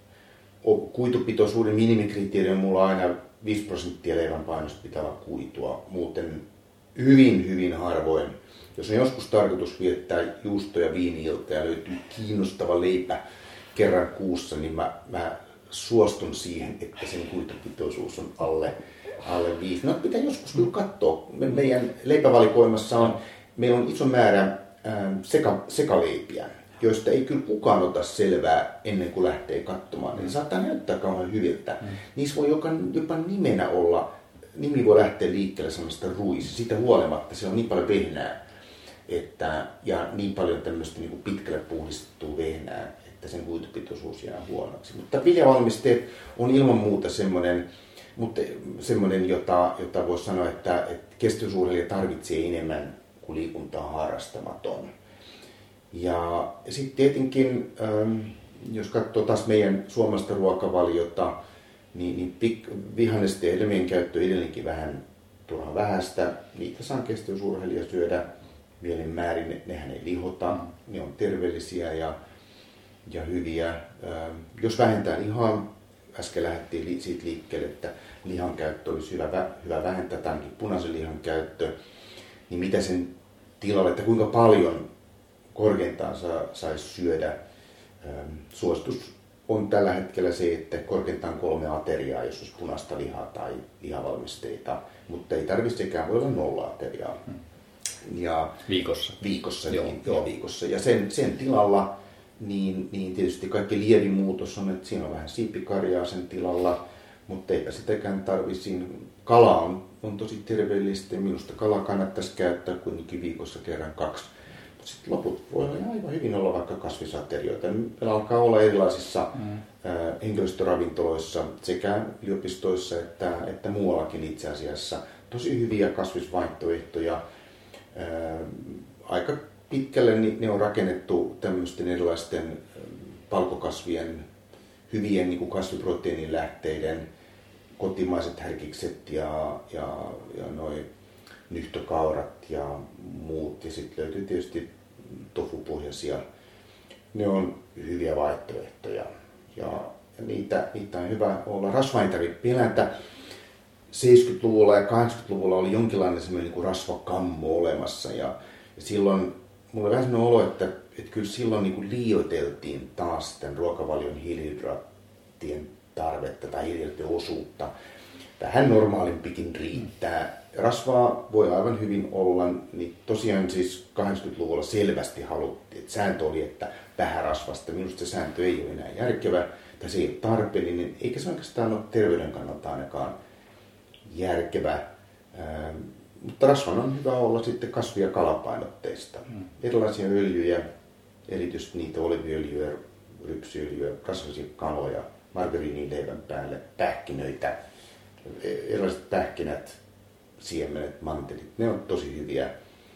kuitupitoisuuden minimikriteeri on mulla aina viisi prosenttia leivän painosta pitää olla kuitua. Muuten hyvin, hyvin harvoin. Jos on joskus tarkoitus viettää juusto- ja viini-ilta ja löytyy kiinnostava leipä kerran kuussa, niin mä, mä suostun siihen, että sen kuitupitoisuus on alle, alle viisi. No pitää joskus kyllä katsoa. Me, meidän leipävalikoimassa on, meillä on iso määrä ää, seka, sekaleipiä, joista ei kyllä kukaan ota selvää ennen kuin lähtee katsomaan. Ne saattaa näyttää kauhean hyviltä. Mm. Niissä voi jopa, jopa nimenä olla, nimi voi lähteä liikkeelle sellaista ruisi. Siitä huolimatta se on niin paljon vehnää että, ja niin paljon tämmöistä niin kuin pitkälle puhdistettua vehnää, että sen kuitupitoisuus jää huonoksi. Mutta viljavalmisteet on ilman muuta semmoinen, mutta semmoinen jota, jota voisi sanoa, että, että kestävyysurheilija tarvitsee enemmän kuin liikuntaa harrastamaton. Ja sitten tietenkin, jos katsoo taas meidän suomalaista ruokavaliota, niin, niin pik, vihannesten ja hedelmien käyttö edelleenkin vähän turhan vähäistä. Niitä saa kestävyysurheilija syödä mielin määrin. Nehän ei lihota, ne on terveellisiä ja, ja hyviä. Jos vähentää lihaa, äsken lähdettiin siitä liikkeelle, että lihan käyttö olisi hyvä, hyvä vähentää, tämänkin punaisen lihan käyttö, niin mitä sen tilalle, että kuinka paljon korkeintaan saisi syödä. Suositus on tällä hetkellä se, että korkeintaan kolme ateriaa, jos olisi punaista lihaa tai lihavalmisteita, mutta ei tarvitse sekään, voi olla nolla ateriaa. Hmm. Ja viikossa. Viikossa, joo, niin, joo. viikossa. Ja sen, sen tilalla niin, niin tietysti kaikki lievin muutos on, että siinä on vähän siipikarjaa sen tilalla, mutta eipä sitäkään tarvitse. Kala on, on tosi terveellistä ja minusta kalaa kannattaisi käyttää kuitenkin viikossa kerran kaksi. Sitten loput voi aivan hyvin olla vaikka kasvisaterioita. Meillä alkaa olla erilaisissa mm. henkilöstöravintoloissa sekä yliopistoissa että, että muuallakin itse asiassa tosi hyviä kasvisvaihtoehtoja. Aika pitkälle ne on rakennettu tämmöisten erilaisten palkokasvien, hyvien niin kuin kasviproteiinilähteiden, kotimaiset härkikset ja, ja, ja noi nyhtökaurat ja muut. Ja sitten löytyy tietysti tofupohjaisia. Ne on hyviä vaihtoehtoja. Ja, ja niitä, niitä on hyvä olla. Rasvaa ei tarvitse pelätä. seitsemänkymmentäluvulla ja kahdeksankymmentäluvulla oli jonkinlainen semmoinen niin rasvakammo olemassa. Ja, ja silloin mulla oli vähän semmoinen olo, että, että kyllä silloin niin kuin liioiteltiin taas tämän ruokavalion hiilihydraattien tarvetta tai hiilihydraattien osuutta. Vähän normaalimpikin riittää. Rasvaa voi aivan hyvin olla, niin tosiaan siis kahdeksankymmentäluvulla selvästi haluttiin, että sääntö oli, että vähän rasvasta. Minusta se sääntö ei ole enää järkevä, tai se ei ole tarpeellinen, eikä se oikeastaan ole terveyden kannalta ainakaan järkevä. Ähm, mutta rasvan on hyvä olla sitten kasvi- ja kalapainotteista. Mm. Erilaisia öljyjä, erityisesti niitä oliiviöljyä, rypsiöljyä, rasvaisia kaloja, margariinin leivän päälle, pähkinöitä, erilaiset pähkinät, siemenet, mantelit, ne on tosi hyviä.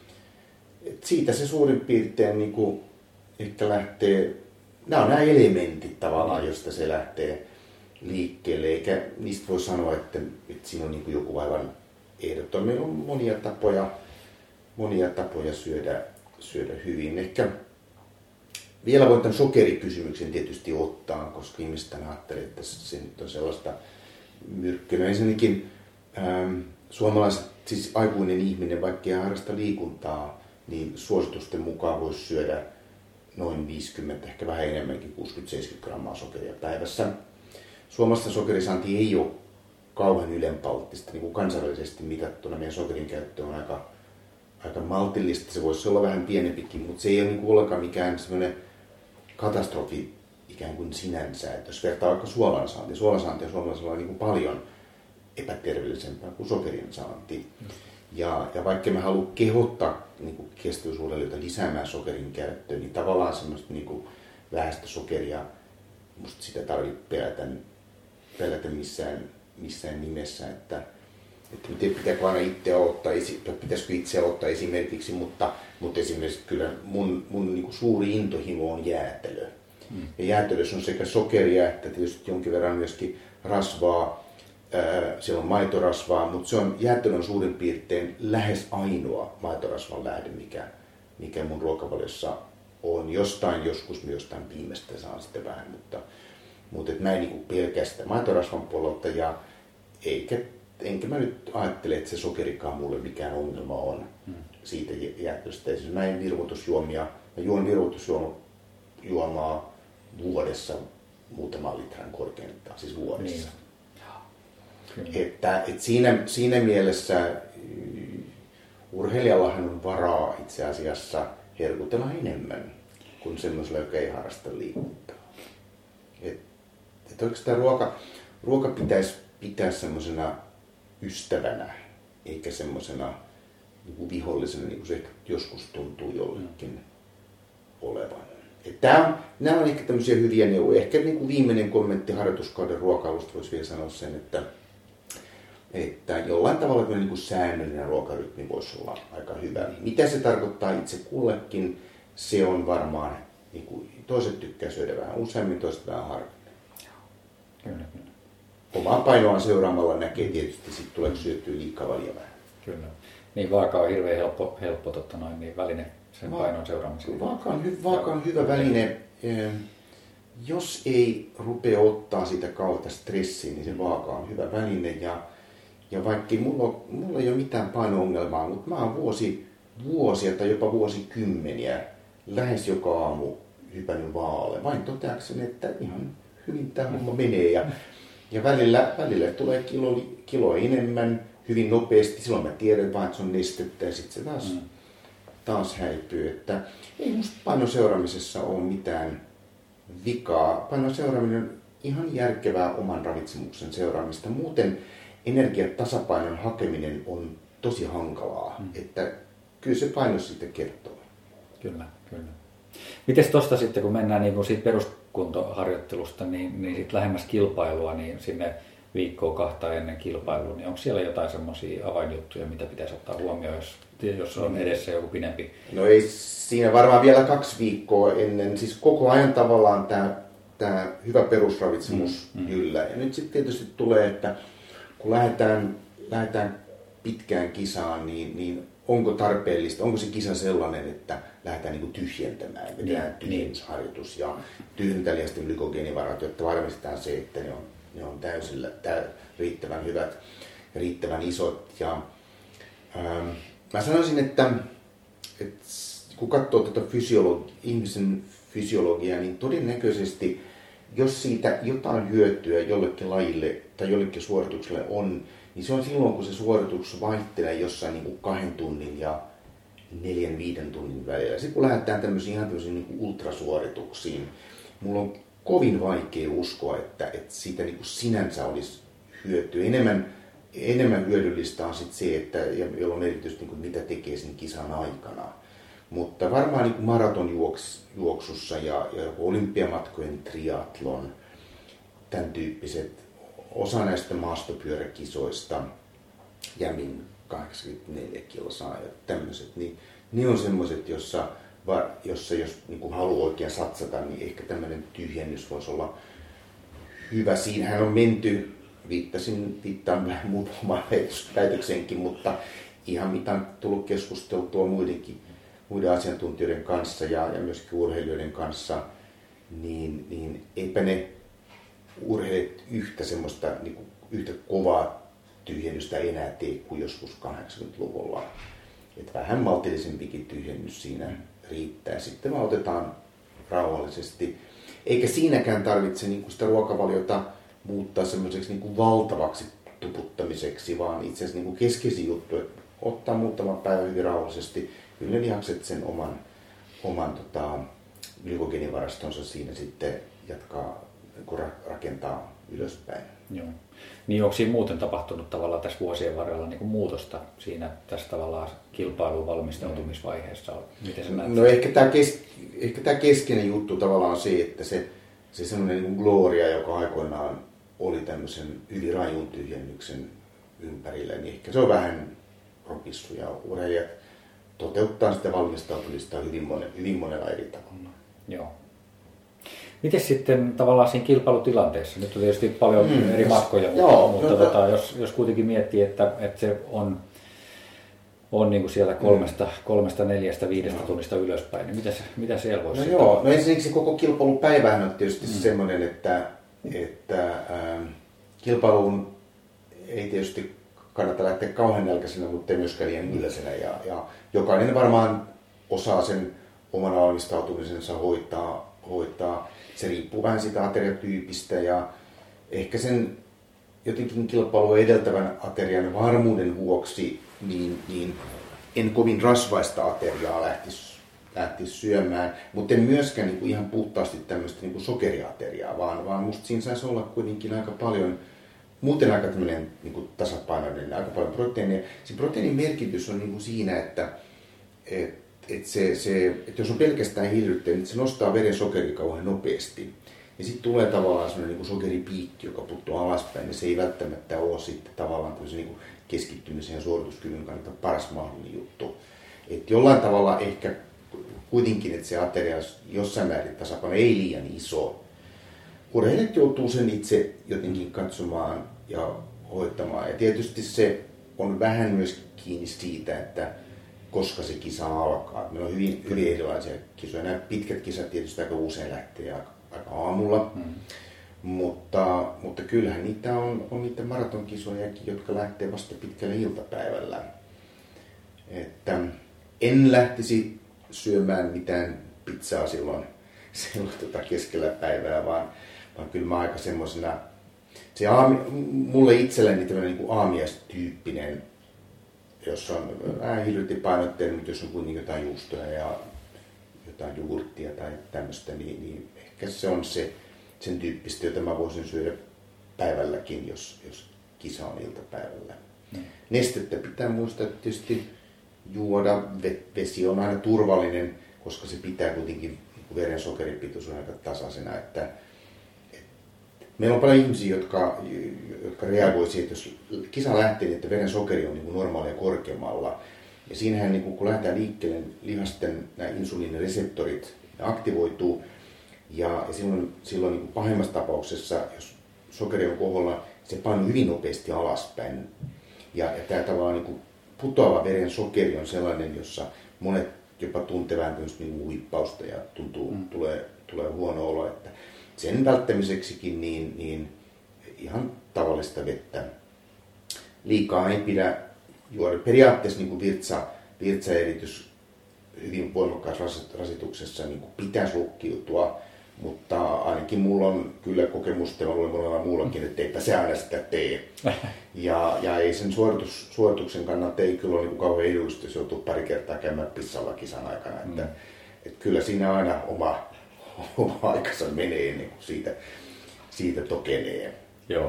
Et siitä se suurin piirtein niin kuin, että lähtee, nämä on nämä elementit tavallaan, josta se lähtee liikkeelle, eikä niistä voi sanoa, että, että siinä on niin kuin joku aivan ehdoton. Meillä on monia tapoja, monia tapoja syödä, syödä hyvin. Ehkä vielä voin tämän sokerikysymyksen tietysti ottaa, koska ihmiset ajattelee, että se nyt on sellaista myrkkyä. Ensinnäkin ähm, suomalaiset, siis aikuinen ihminen, vaikka ei harrasta liikuntaa, niin suositusten mukaan voisi syödä noin viisikymmentä, ehkä vähän enemmänkin, kuusikymmentä seitsemänkymmentä grammaa sokeria päivässä. Suomalaisten sokerisaanti ei ole kauhean ylenpalttista, niin kuin kansainvälisesti mitattuna. Meidän sokerin käyttö on aika, aika maltillista, se voisi olla vähän pienempikin, mutta se ei ole niin kuin ollenkaan mikään sellainen katastrofi ikään kuin sinänsä. Että jos vertaa vaikka suolan saanti, suolan saanti on suomalaisella on niin kuin paljon epäterveellisempää kuin sokerin saanti. Ja, ja vaikka me haluamme kehottaa niin kestävyysurheilijoita lisäämään sokerin käyttöön, niin tavallaan semmoista niin kuin vähäistä sokeria, musta sitä tarvitse pelätä, pelätä missään, missään nimessä, että, että pitääkö aina itse ottaa, pitäisikö itse ottaa esimerkiksi, mutta, mutta esimerkiksi kyllä mun, mun niin kuin suuri intohimo on jäätelö. Hmm. Ja jäätelössä on sekä sokeria että tietysti jonkin verran myöskin rasvaa. Siellä on maitorasvaa, mutta se on jäätelön suurin piirtein lähes ainoa maitorasvan lähde, mikä, mikä mun ruokavaliossa on. Jostain joskus, jostain piimestä saan sitten vähän, mutta, mutta et mä en niin pelkästään maitorasvan puolelta ja eikä, enkä mä nyt ajattele, että se sokerikaan mulle mikään ongelma on hmm. siitä jäätelöstä. Siis mä en virvoitusjuomia, mä juon virvoitusjuomaa vuodessa muutaman litran korkeintaan, siis vuodessa. Niin. Että, että siinä, siinä mielessä urheilijallahan on varaa itse asiassa herkutella enemmän kuin semmoisella, joka ei harrasta liikuntaa. Että et oikeastaan ruoka, ruoka pitäisi pitää semmoisena ystävänä, eikä semmoisena niin vihollisena, niin kuin se joskus tuntuu jollekin mm. olevan. Tämä on, nämä on ehkä tämmöisiä hyviä neuvoja. Ehkä niin kuin viimeinen kommentti harjoituskauden ruokailusta voisi vielä sanoa sen, että että jollain tavalla niin kuin säännöllinen ruokarytmi voisi olla aika hyvä. Mitä se tarkoittaa itse kullekin, se on varmaan, niin kuin, toiset tykkää syödä vähän useammin, toiset vähän harvemmin. Kyllä, kyllä. Omaa painoaan seuraamalla näkee tietysti, sitten tuleeko syötyä liikaa vai liian vähän. Kyllä. Niin vaaka on hirveän helppo, helppo totta noin, niin väline sen Va- painon seuraamiseen. Vaaka on, hy- vaaka on hyvä väline. Jos ei rupea ottaa sitä kautta stressiin, niin se vaaka on hyvä väline. Ja Ja vaikka mulla, mulla ei ole mitään paino-ongelmaa, mutta mä oon vuosi, vuosia tai jopa vuosikymmeniä lähes joka aamu hypännyt vaalle, vain toteakseni, että ihan hyvin tämä homma menee. Ja, ja välillä, välillä tulee kilo, kilo enemmän, hyvin nopeasti. Silloin mä tiedän vaan, että se on nestettä ja sitten se taas, mm. taas häipyy. Että ei musta painon seuraamisessa ole mitään vikaa. Painon seuraaminen on ihan järkevää oman ravitsemuksen seuraamista. Muuten energiatasapainon hakeminen on tosi hankalaa. Mm. Että kyllä se paino siitä kertoo. Kyllä, kyllä. Mites tuosta sitten, kun mennään niin kuin siitä peruskuntoharjoittelusta, niin, niin sit lähemmäs kilpailua, niin sinne viikkoa kahta ennen kilpailua, niin onko siellä jotain semmoisia avainjuttuja, mitä pitäisi ottaa huomioon, jos, jos on edessä joku pidempi? No ei siinä varmaan vielä kaksi viikkoa ennen, siis koko ajan tavallaan tämä, tämä hyvä perusravitsemus mm, mm. yllä. Ja nyt sitten tietysti tulee, että kun lähdetään, lähdetään pitkään kisaan, niin, niin onko tarpeellista, onko se kisa sellainen, että lähdetään niin kuin tyhjentämään, vedetään tyhjennysharjoitus ja tyhjennetään lihasten glykogeenivarat, jotta varmistetaan se, että ne on, ne on täysillä, tä, riittävän hyvät ja riittävän isot. Ja, ähm, mä sanoisin, että, että kun katsoo tätä fysiologi- ihmisen fysiologiaa, niin todennäköisesti, jos siitä jotain hyötyä jollekin lajille tai jollekin suoritukselle on, niin se on silloin, kun se suoritus vaihtelee jossain niin kuin kahden tunnin ja neljän, viiden tunnin välillä. Sitten kun lähdetään tämmöisiin ihan tämmöisiin niin kuin ultrasuorituksiin, mulla on kovin vaikea uskoa, että, että siitä niin kuin sinänsä olisi hyötyä. Enemmän, enemmän hyödyllistä on sitten se, että, jolloin erityisesti niin kuin mitä tekee sen kisan aikana. Mutta varmaan niin kuin maratonjuoksussa ja, ja olympiamatkojen triathlon, tämän tyyppiset, osa näistä maastopyöräkisoista, jämin kahdeksankymmentäneljä kilsaa ja tämmöiset, niin ne on semmoiset, jossa, jossa jos niin kuin haluaa oikein satsata, niin ehkä tämmöinen tyhjennys voisi olla hyvä. Siinähän on menty, viittasin, viittaan vähän muutamaan väitöksenkin, mutta ihan mitä on tullut keskusteltua muidenkin, muiden asiantuntijoiden kanssa ja, ja myöskin urheilijoiden kanssa, niin, niin eipä ne urheilijat yhtä semmoista niin kuin, yhtä kovaa tyhjennystä enää tee kuin joskus kahdeksankymmentäluvulla. Et vähän maltillisempikin tyhjennys siinä riittää. Sitten me otetaan rauhallisesti. Eikä siinäkään tarvitse niin kuin sitä ruokavaliota muuttaa semmoiseksi niin kuin valtavaksi tuputtamiseksi, vaan itse asiassa niin kuin keskeisin juttu, että ottaa muutaman päivän hyvin rauhallisesti, kyllä ne lihakset sen oman, oman tota, glykogeenivarastonsa siinä sitten jatkaa, kun rakentaa ylöspäin. Joo. Niin onko siinä muuten tapahtunut tavallaan tässä vuosien varrella niin kuin muutosta siinä tässä tavallaan kilpailuun valmistautumisvaiheessa? Miten sä näet? No ehkä tämä, kes, ehkä tämä keskeinen juttu tavallaan on se, että se, se semmoinen niin kuin gloria, joka aikoinaan oli tämmöisen yli rajun tyhjennyksen ympärillä, niin ehkä se on vähän ropissu ja urheilijat toteuttaa sitä valmistautumista hyvin, monen, hyvin monella eri tavalla. Joo. Miten sitten tavallaan siinä kilpailutilanteessa? Nyt on tietysti paljon mm, eri matkoja, mutta, joo, mutta no, tota, jos, jos kuitenkin miettii, että, että se on, on niin kuin siellä kolmesta, mm. kolmesta, neljästä, viidestä no. tunnista ylöspäin, niin mitä, mitä siellä voisi no sitten? Joo, no ensinnäkin koko kilpailupäivähän on tietysti mm. semmoinen, että, että ähm, kilpailuun ei tietysti kannata lähteä kauhean nälkäisenä, mutta ei myöskään liian ylläisenä. Ja, ja jokainen varmaan osaa sen oman valmistautumisensa hoitaa. hoitaa. Se riippuu vähän siitä ateriatyypistä ja ehkä sen jotenkin kilpailua edeltävän aterian varmuuden vuoksi niin, niin en kovin rasvaista ateriaa lähtisi, lähtisi syömään, mutta en myöskään niin kuin ihan puhtaasti tämmöistä niin kuin sokeriateriaa, vaan, vaan musta siinä saisi olla kuitenkin aika paljon, muuten aika tämmöinen niin kuin tasapainoinen, aika paljon proteiinia. Se proteiinin merkitys on niin kuin siinä, että et, Että se, se, et jos on pelkästään hiilryttäjä, niin se nostaa veren sokeria kauhean nopeasti. Ja sitten tulee tavallaan sellainen niin sokeripiikki, joka puuttuu alaspäin, ja se ei välttämättä ole sitten tavallaan niin keskittymisen ja suorituskyvyn kannalta paras mahdollinen juttu. Et jollain tavalla ehkä kuitenkin, että se ateria jossain määrin tasapaino ei liian iso. Urheilijat joutuu sen itse jotenkin katsomaan ja hoitamaan. Ja tietysti se on vähän myös kiinni siitä, että koska se kisa alkaa. Meillä on hyvin, hyvin erilaisia kisoja. Nämä pitkät kisat tietysti aika usein lähtee aika, aika aamulla. Mm. Mutta, mutta kyllähän niitä on, on niitä maratonkisojakin, jotka lähtee vasta pitkällä iltapäivällä. Että en lähtisi syömään mitään pizzaa silloin, silloin tota keskellä päivää, vaan, vaan kyllä mä aika semmoisena, se aami, mulle itselleni tämmöinen niin kuin aamiaistyyppinen, jos on vähän hiljastipainotteinen, mutta jos on kuitenkin jotain juustoja ja jotain jogurttia tai tämmöistä, niin, niin ehkä se on se, sen tyyppistä, jota mä voisin syödä päivälläkin, jos, jos kisa on iltapäivällä. Mm. Nestettä pitää muistaa tietysti juoda. Vesi on aina turvallinen, koska se pitää kuitenkin veren sokeripitoisuus aika tasaisena. Että, et, meillä on paljon ihmisiä, jotka, jotka reagoivat siihen, että jos kisa lähtee, niin että veren sokeri on niin kuin normaalia korkeammalla. Ja siinähän niin kun lähdetään liikkeelle, lihasten nämä insuliinireseptorit aktivoituu. Ja, ja silloin, silloin niin kuin pahimmassa tapauksessa, jos sokeri on koholla, se painuu hyvin nopeasti alaspäin. Ja, ja tämä tavallaan niin kuin putoava veren sokeri on sellainen, jossa monet jopa tuntevat niin huippausta ja tuntuu, mm. tulee, tulee huono olo. Että sen välttämiseksikin niin, niin ihan tavallista vettä. Liikaa ei pidä juoda. Periaatteessa niin kuin virtsa, virtsaeritys hyvin voimakkaassa rasituksessa niin kuin pitäisi lukkiutua, mutta ainakin mulla on kyllä kokemusta, ja monella muullakin, että eipä se aina sitä tee. Ja, ja ei sen suoritus, suorituksen kannalta ei kyllä ole niin kauhean edullista, jos joutuu pari kertaa käymään pissalla kisan aikana. Mm. Että, että kyllä siinä aina oma, oma aikansa menee ennen kuin siitä, siitä tokenee. Joo.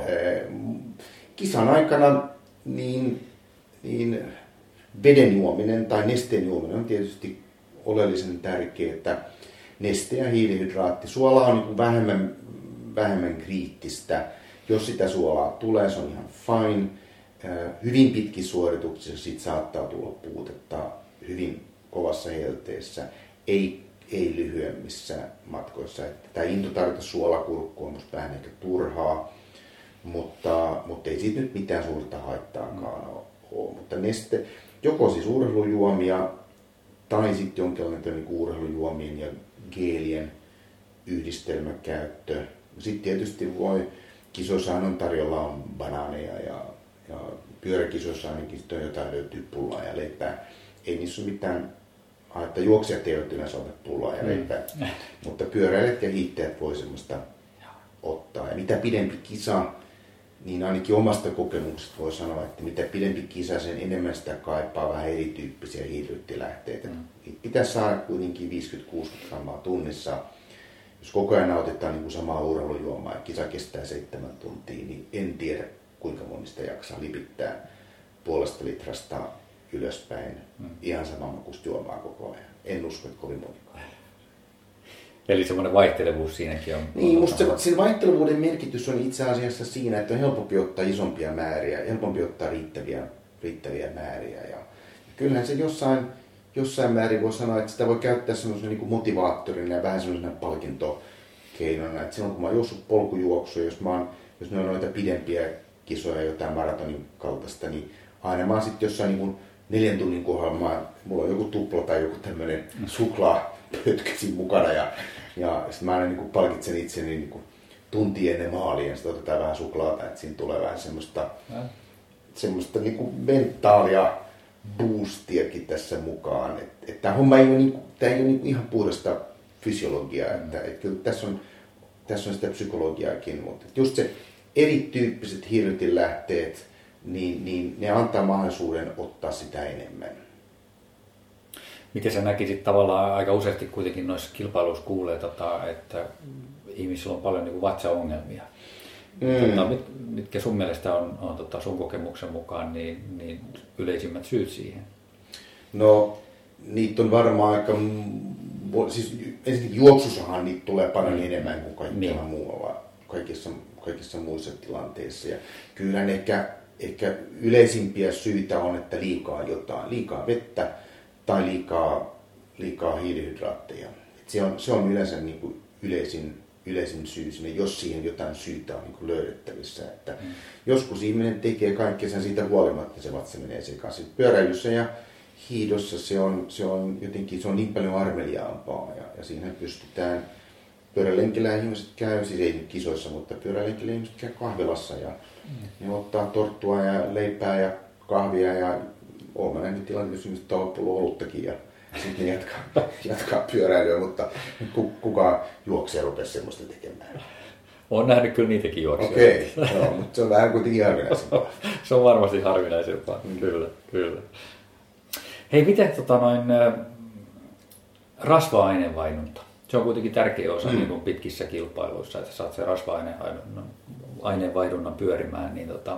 Kisan aikana niin, niin veden juominen tai nesteen juominen on tietysti oleellisen tärkeää, että neste ja hiilihydraatti. Suola on niin vähemmän, vähemmän kriittistä. Jos sitä suolaa tulee, se on ihan fine. Hyvin pitkissä suorituksissa siitä saattaa tulla puutetta hyvin kovassa helteessä, ei, ei lyhyemmissä matkoissa. Että tämä into tarvita suolakurkku on musta vähän ehkä turhaa, mutta, mutta ei siitä nyt mitään suurta haittaakaan ole. Mutta neste, joko siis urheilujuomia tai sitten jonkinlainen niin urheilujuomien ja geelien yhdistelmäkäyttö. Sitten tietysti voi, kisoissahan on tarjolla on banaaneja ja, ja pyöräkisoissa ainakin sitten jotain löytyy pullaa ja leipää. Ei niissä ole mitään haittaa. Juoksijat eivät yleensä ota pullaa ja leipää, mm. mutta pyöräilijät ja hiihtäjät voi semmoista ottaa. Ja mitä pidempi kisa, niin ainakin omasta kokemuksesta voi sanoa, että mitä pidempi kisa, sen enemmän sitä kaipaa vähän erityyppisiä hiilihydraattilähteitä. Mm. Pitäisi saada kuitenkin viisikymmentä kuusikymmentä grammaa tunnissa. Jos koko ajan nautitaan niin kuin samaa urheilujuomaa ja kisa kestää seitsemän tuntia, niin en tiedä kuinka monista jaksaa lipittää puolesta litrasta ylöspäin mm. ihan samanmakuista juomaa koko ajan. En usko, että kovin monikaan. Eli semmoinen vaihtelevuus siinäkin on. Niin, musta se, sen vaihtelevuuden merkitys on itse asiassa siinä, että on helpompi ottaa isompia määriä, helpompi ottaa riittäviä, riittäviä määriä. Ja kyllähän se jossain, jossain määrin voi sanoa, että sitä voi käyttää semmoisena niin kuin motivaattorina ja vähän semmoisena palkintokeinona. Että silloin kun mä oon juossut polkujuoksua, jos, mä oon, jos ne on noita pidempiä kisoja, jotain maratonin kaltaista, niin aina mä oon sitten jossain niin kuin neljän tunnin kohdalla, mä, mulla on joku tupla tai joku tämmöinen suklaapötkäsi mukana ja, ja sitten mä aina niin kuin palkitsen itseni niin kuin tunti ennen maalia ja sitten otetaan vähän suklaata, että siinä tulee vähän semmoista, semmoista niin kuin mentaalia boostiakin tässä mukaan. Että et tämä homma ei ole, niin kuin, tämä ei ole niin kuin ihan puhdasta fysiologiaa, että et kyllä tässä on, tässä on sitä psykologiaakin, mutta just se erityyppiset hiilihydraattilähteet, Niin, niin ne antaa mahdollisuuden ottaa sitä enemmän. Miten sä näkisit tavallaan aika useasti kuitenkin noissa kilpailuissa kuulee, tota, että ihmisillä on paljon niin kuin vatsaongelmia. Mm. Tota, mit, mitkä sun mielestä on, on tota, sun kokemuksen mukaan niin, niin yleisimmät syyt siihen? No niitä on varmaan aika, siis ensinnäkin juoksussahan niitä tulee paljon mm. enemmän kuin kaikkialla niin. muualla, kaikissa, kaikissa muissa tilanteissa. Ja kyllä ne ehkä Ehkä yleisimpiä syitä on, että liikaa jotain, liikaa vettä tai liikaa, liikaa hiilihydraatteja. Et se, on, se on yleensä niin kuin yleisin, yleisin syy sinne, jos siihen jotain syytä on niin kuin löydettävissä. Että mm. Joskus ihminen tekee kaikkea siitä huolimatta, se vatsa menee sekaisin. Pyöräilyssä ja hiihdossa se on, se on jotenkin se on niin paljon armeliaampaa ja, ja siinä pystytään. Pyörälenkillä ihmiset käy, siis ei nyt kisoissa, mutta pyörälenkillä ihmiset käy kahvilassa ja mm. ne ottaa torttua ja leipää ja kahvia ja olen nähnyt tilanteessa, jos ihmiset on ollut oluttakin ja sitten ne jatkaa, jatkaa pyöräilyä, mutta kukaan juoksee rupesi semmoista tekemään. Olen nähnyt kyllä niitäkin juoksia. Okei, okay, no, mutta se on vähän kuitenkin harvinaisempaa. Se on varmasti harvinaisempaa, mm. kyllä, kyllä. Hei, miten tota noin, rasva-aineenvaihdunta? Se on kuitenkin tärkeä osa mm. niin pitkissä kilpailuissa, että saat sen rasva-aineenvaihdunnan pyörimään. Niin tota,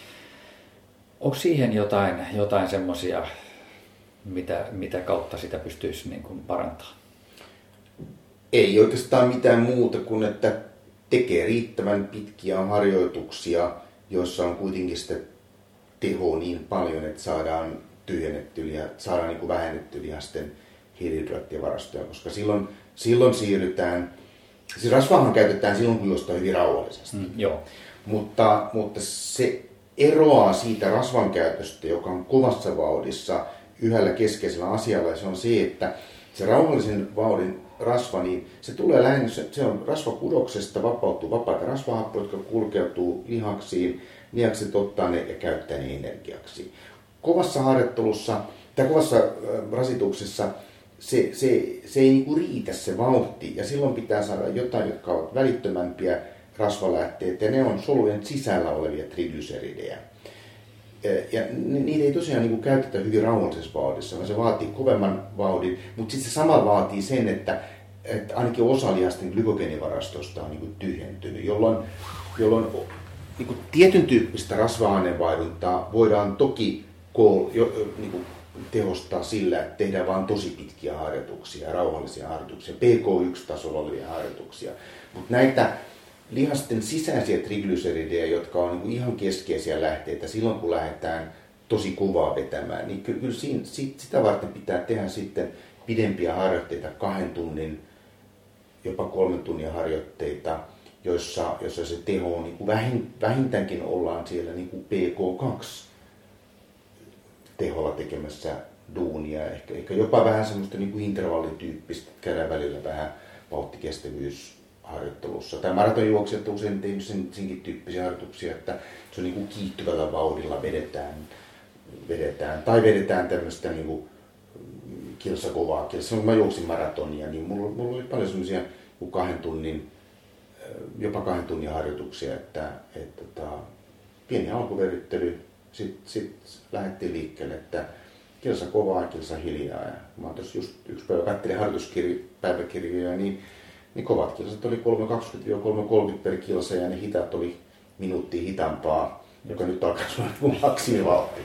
onko siihen jotain, jotain semmoisia, mitä, mitä kautta sitä pystyisi niin kuin parantamaan? Ei oikeastaan mitään muuta kuin, että tekee riittävän pitkiä harjoituksia, joissa on kuitenkin sitä tehoa niin paljon, että saadaan tyhjennetty ja saadaan niin kuin vähennetty lihasten hiilihydraattivarastoja, koska silloin, silloin siirrytään, siis rasvaahan käytetään silloin, kun juostaan hyvin rauhallisesti, mm, joo. Mutta, mutta se eroaa siitä rasvan käytöstä, joka on kovassa vauhdissa yhdellä keskeisellä asialla, ja se on se, että se rauhallisen vauhdin rasva, niin se tulee lähinnä, se on rasvakudoksesta, vapautuu vapaita rasvahappoja, jotka kulkeutuu lihaksiin, lihakset ottaa ne ja käyttää ne energiaksi. Kovassa harjoittelussa tai kovassa rasituksessa se, se, se ei niinku riitä se vauhti, ja silloin pitää saada jotain, jotka ovat välittömämpiä rasvalähteitä, ja ne on solujen sisällä olevia triglyceridejä. Ja niitä ei tosiaan niin kuin käytetä hyvin rauhallisessa vauhdissa, vaan se vaatii kovemman vauhdin, mutta sitten se sama vaatii sen, että, että ainakin osa lihasten glykogeenivarastosta on niin kuin tyhjentynyt, jolloin, jolloin niin kuin tietyn tyyppistä rasva-aineenvaihduntaa voidaan toki koul, jo, niin kuin tehostaa sillä, että tehdään vain tosi pitkiä harjoituksia, rauhallisia harjoituksia, P K yksi -tasolla olevia harjoituksia, mutta näitä lihasten sisäisiä triglyceridejä, jotka on niin ihan keskeisiä lähteitä silloin, kun lähdetään tosi kovaa vetämään, niin kyllä, kyllä siinä, sitä varten pitää tehdä sitten pidempiä harjoitteita, kahden tunnin, jopa kolmen tunnin harjoitteita, joissa, joissa se teho on niin vähintäänkin ollaan siellä niin P K kaksi -teholla tekemässä duunia, ehkä, ehkä jopa vähän semmoista niin intervallityyppistä, käydään välillä vähän vauhtikestävyys harjoittelussa. Tai maratonjuoksijat on usein tehnyt sen, senkin tyyppisiä harjoituksia, että se on niin kuin kiihtyvällä vauhdilla vedetään, vedetään. Tai vedetään tämmöistä niin kuin kilsakovaa kilsaa. Kun mä juoksin maratonia, niin mulla, mulla oli paljon semmoisia kahden tunnin, jopa kahden tunnin harjoituksia, että, että, että pieni alkuverryttely, sitten sit lähdettiin liikkeelle, että kilsa kovaa ja kilsa hiljaa. Ja mä tuossa just yksi päivä katselin harjoituspäiväkirjoja, niin niin kovat kilsat oli kolme kaksikymmentä kolme kolmekymmentä per kilsa ja ne hitaat oli minuuttia hitaampaa, joka nyt alkaa olla mun maksimivauhti.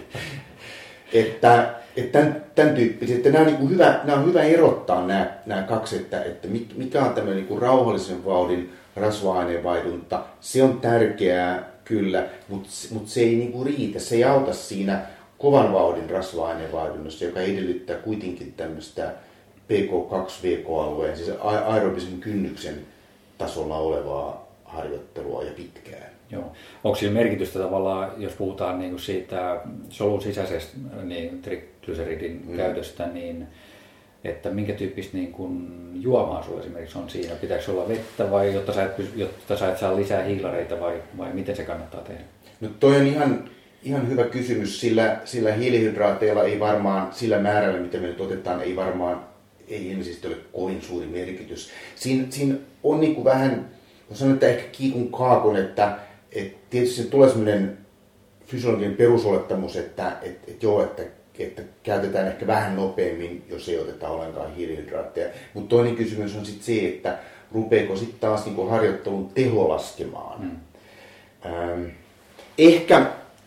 Että, että tämän, tämän tyyppisiä, että nämä on, niin hyvä, nämä on hyvä erottaa nämä, nämä kaksi, että, että mikä on tämmöinen niin rauhallisen vauhdin rasva-aineenvaihdunta. Se on tärkeää kyllä, mutta, mutta se ei niin kuin riitä, se ei auta siinä kovan vauhdin rasva-aineenvaihdunnassa, joka edellyttää kuitenkin tämmöistä P K kaksi V K-alueen, siis aerobisen kynnyksen tasolla olevaa harjoittelua ja pitkään. Joo. Onko sillä merkitystä tavallaan, jos puhutaan niin kuin siitä solun sisäisestä niin triglyceridin mm. käytöstä, niin että minkä tyyppistä niin kuin juomaa sulla esimerkiksi on siinä? Pitääkö olla vettä vai jotta sä et, jotta sä et saa lisää hiilareita vai, vai miten se kannattaa tehdä? No toi on ihan, ihan hyvä kysymys, sillä, sillä hiilihydraateilla ei varmaan, sillä määrällä mitä me nyt otetaan, ei varmaan ei ilmeisesti ole kovin suuri merkitys. Siinä, siinä on niin kuin vähän, sanon, että ehkä kiikun kaakun, että, että tietysti tulee sellainen fysiologinen perusolettamus, että, että, että joo, että, että käytetään ehkä vähän nopeammin, jos ei oteta ollenkaan hiilihydraatteja. Mutta toinen kysymys on sitten se, että rupeeko sitten taas niin kuin harjoittelun teho laskemaan. Mm. Ähm, ehkä,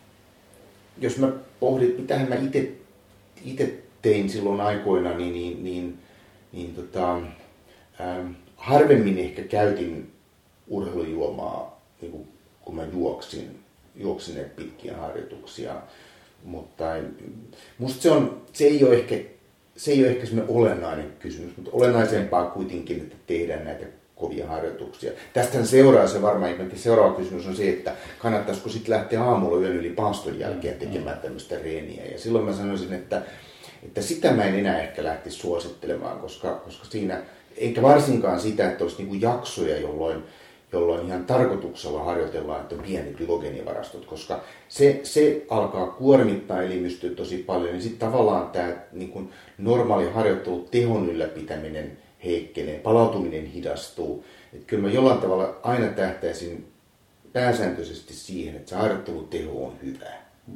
jos mä pohdin, mitähän mä itse tein silloin aikoina, niin, niin, niin niin tota, ähm, harvemmin ehkä käytin urheilujuomaa, niin kuin, kun mä juoksin, juoksin näitä pitkiä harjoituksia, mutta musta se, on, se, ei ole ehkä, se ei ole ehkä semmoinen olennainen kysymys, mutta olennaisempaa kuitenkin, että tehdään näitä kovia harjoituksia. Tästähän seuraa se varmaan, että seuraava kysymys on se, että kannattaisiko sitten lähteä aamulla yön yli paaston jälkeen tekemään tämmöistä reeniä, ja silloin mä sanoisin, että Että sitä mä en enää ehkä lähtisi suosittelemaan, koska, koska siinä, eikä varsinkaan sitä, että olisi niinku jaksoja, jolloin, jolloin ihan tarkoituksella harjoitellaan, että on pienet glykogeenivarastot, koska se, se alkaa kuormittaa elimistöä tosi paljon, niin sitten tavallaan tämä niin kuin normaali harjoittelu, tehon ylläpitäminen heikkenee, palautuminen hidastuu. Että kyllä mä jollain tavalla aina tähtäisin pääsääntöisesti siihen, että se harjoitteluteho on hyvä.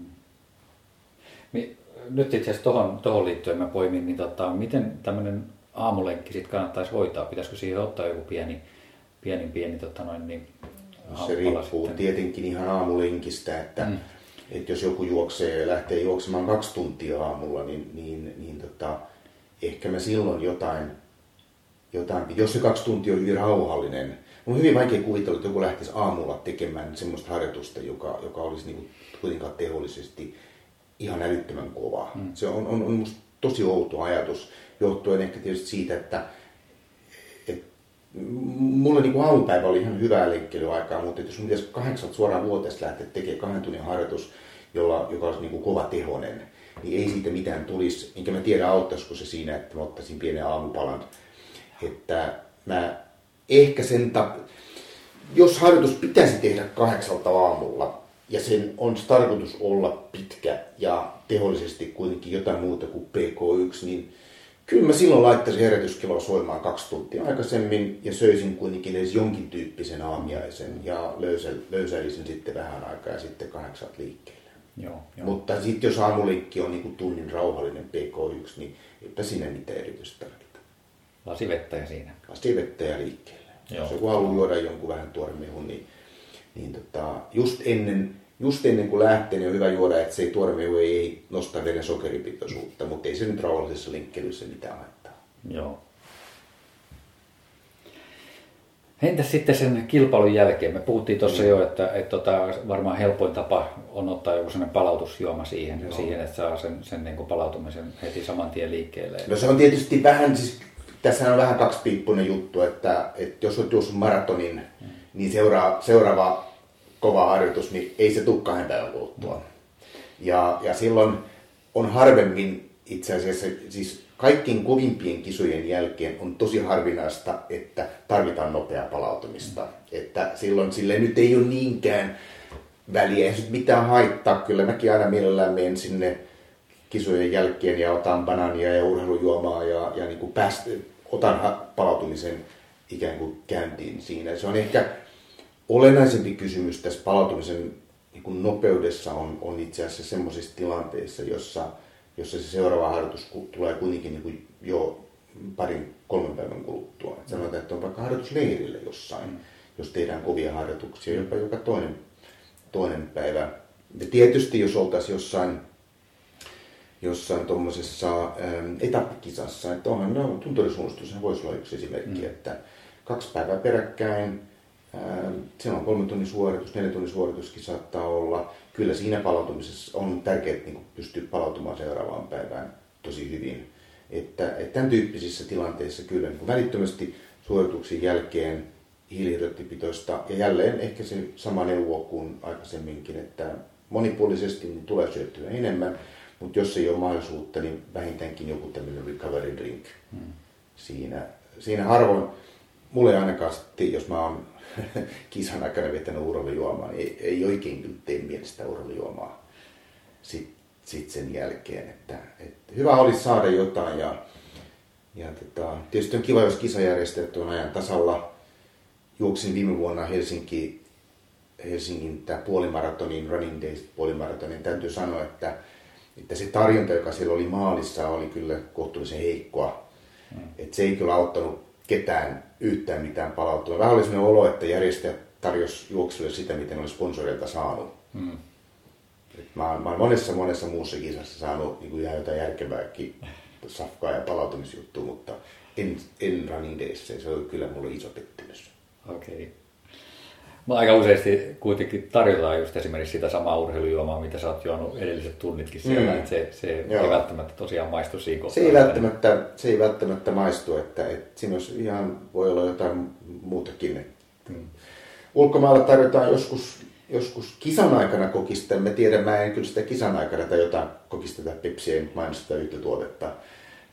Hmm. Nyt itse asiassa tohon, tohon liittyen mä poimin, niin tota, miten tämmöinen aamulenkki sitten kannattaisi hoitaa? Pitäisikö siihen ottaa joku pieni, pieni, pieni tota noin, niin se riippuu sitten tietenkin ihan aamulenkistä, että, mm. että jos joku juoksee ja lähtee juoksemaan kaksi tuntia aamulla, niin, niin, niin tota, ehkä mä silloin jotain, jotain, jos se kaksi tuntia on hyvin rauhallinen. On hyvin vaikea kuvitella, että joku lähtisi aamulla tekemään semmoista harjoitusta, joka, joka olisi niin kuin kuitenkaan tehollisesti ihan älyttömän kova. Mm. Se on, on, on musta tosi outo ajatus, johtuen ehkä tietysti siitä, että et, mulla niin kuin aamupäivä oli ihan hyvää lenkkilyaikaa, mutta jos mun pitäisi kahdeksalta suoraan vuoteesta lähteä tekemään kahden tunnin harjoitus, jolla, joka olisi niin kuin kova tehonen, niin ei siitä mitään tulisi. Enkä mä tiedä, auttaisiko se siinä, että mä ottaisin pienen aamupalan. Että mä ehkä sen tap... Jos harjoitus pitäisi tehdä kahdeksalta aamulla, ja sen on tarkoitus olla pitkä ja tehollisesti kuitenkin jotain muuta kuin P K yksi, niin kyllä mä silloin laittaisin herätyskelloa soimaan kaksi tuntia aikaisemmin ja söisin kuitenkin edes jonkin tyyppisen aamiaisen ja löysä, löysäilisin sitten vähän aikaa ja sitten kahdeksat liikkeelle. Joo, joo. Mutta sitten jos aamulenkki on niin kuin tunnin rauhallinen P K yksi, niin eipä siinä mitään erityistä tarvita. Lasivettä ja siinä. Lasivettä ja liikkeelle. Joo. Jos joku haluaa juoda jonkun vähän tuoremehun, niin, niin tota, just ennen Just ennen kuin lähtee, niin on hyvä juoda, että se ei tuoremehu ei nosta veren sokeripitoisuutta, mutta ei se nyt rauhallisessa lenkkeilyssä mitään haittaa. Joo. Entäs sitten sen kilpailun jälkeen? Me puhuttiin tuossa mm. jo, että, että tota, varmaan helpoin tapa on ottaa joku sellainen palautusjuoma siihen, siihen että saa sen, sen niin kuin palautumisen heti saman tien liikkeelle. No se on tietysti vähän, siis tässä on vähän kaksipiippunen juttu, että, että jos olet juossut maratonin, mm. niin seuraa, seuraava kova harjoitus, niin ei se tule kahden päivän kuluttua. Mm. Ja, ja silloin on harvemmin itse asiassa, siis kaikkien kovimpien kisojen jälkeen on tosi harvinaista, että tarvitaan nopeaa palautumista. Mm. Että silloin sille nyt ei ole niinkään väliä, ei nyt mitään haittaa. Kyllä mäkin aina mielellään menen sinne kisojen jälkeen ja otan banaania ja urheilujuomaa ja, ja niin kuin päästä, otan palautumisen ikään kuin käyntiin siinä. Se on ehkä olennaisempi kysymys tässä palautumisen niin kuin nopeudessa on, on itse asiassa semmoisissa tilanteissa, jossa, jossa se seuraava harjoitus tulee kuitenkin niin kuin jo parin, kolmen päivän kuluttua. Et sanotaan, että on vaikka harjoitusleirillä jossain, mm. jos tehdään kovia harjoituksia, jopa joka toinen, toinen päivä. Ja tietysti jos oltaisiin jossain, jossain tuommoisessa ähm, etappikisassa, että onhan no, tunturisuunnistus voisi olla yksi esimerkki, mm. että kaksi päivää peräkkäin, se on kolmen tunnin suoritus, neljän tunnin suorituskin saattaa olla. Kyllä siinä palautumisessa on tärkeää niin pystyä palautumaan seuraavaan päivään tosi hyvin. Että, että tämän tyyppisissä tilanteissa kyllä niin välittömästi suorituksen jälkeen hiilihydraattipitoista ja jälleen ehkä se sama neuvo kuin aikaisemminkin, että monipuolisesti niin tulee syöttyä enemmän, mutta jos ei ole mahdollisuutta, niin vähintäänkin joku tämmöinen recovery drink hmm. siinä. Siinä harvoin, mulle ainakaan sitten, jos mä oon kisan aikana vetänyt urheilujuomaa, niin ei, ei oikein kyllä tee mielestä urheilujuomaa sitten sit sen jälkeen. Että, että hyvä olisi saada jotain ja, ja tota, tietysti on kiva, jos kisajärjestäjät on ajan tasalla. Juoksin viime vuonna Helsinki, Helsingin tämä puolimaratonin, Running Days puolimaratonin. Täytyy sanoa, että, että se tarjonta, joka siellä oli maalissa, oli kyllä kohtuullisen heikkoa. Mm. Että se ei kyllä auttanut ketään yhtään mitään palautua. Vähän oli sellainen olo, että järjestäjät tarjosi juoksijoille sitä, miten olisi sponsoreilta saanut. Mm. Mä, oon, mä oon monessa monessa muussa kisassa saanut niin kuin ihan jotain järkevääkin safkaa ja palautumisjuttua, mutta en, en Running Dayssä. Se oli kyllä mulle iso pettymys. Okei. Okay. Mä aika useasti kuitenkin tarjotaan just esimerkiksi sitä samaa urheilujuomaa, mitä sä oot juonut edelliset tunnitkin siellä, mm. että se, se ei välttämättä tosiaan maistu siinä kohtaa. Se ei välttämättä, se ei välttämättä maistu, että, että siinä olisi ihan, voi olla jotain muutakin. Mm. Ulkomailla tarjotaan joskus, joskus kisan aikana kokista, mä tiedän, mä en kyllä sitä kisan aikana tai jotain kokista tai Pepsiä, ei mainosteta yhtä tuotetta,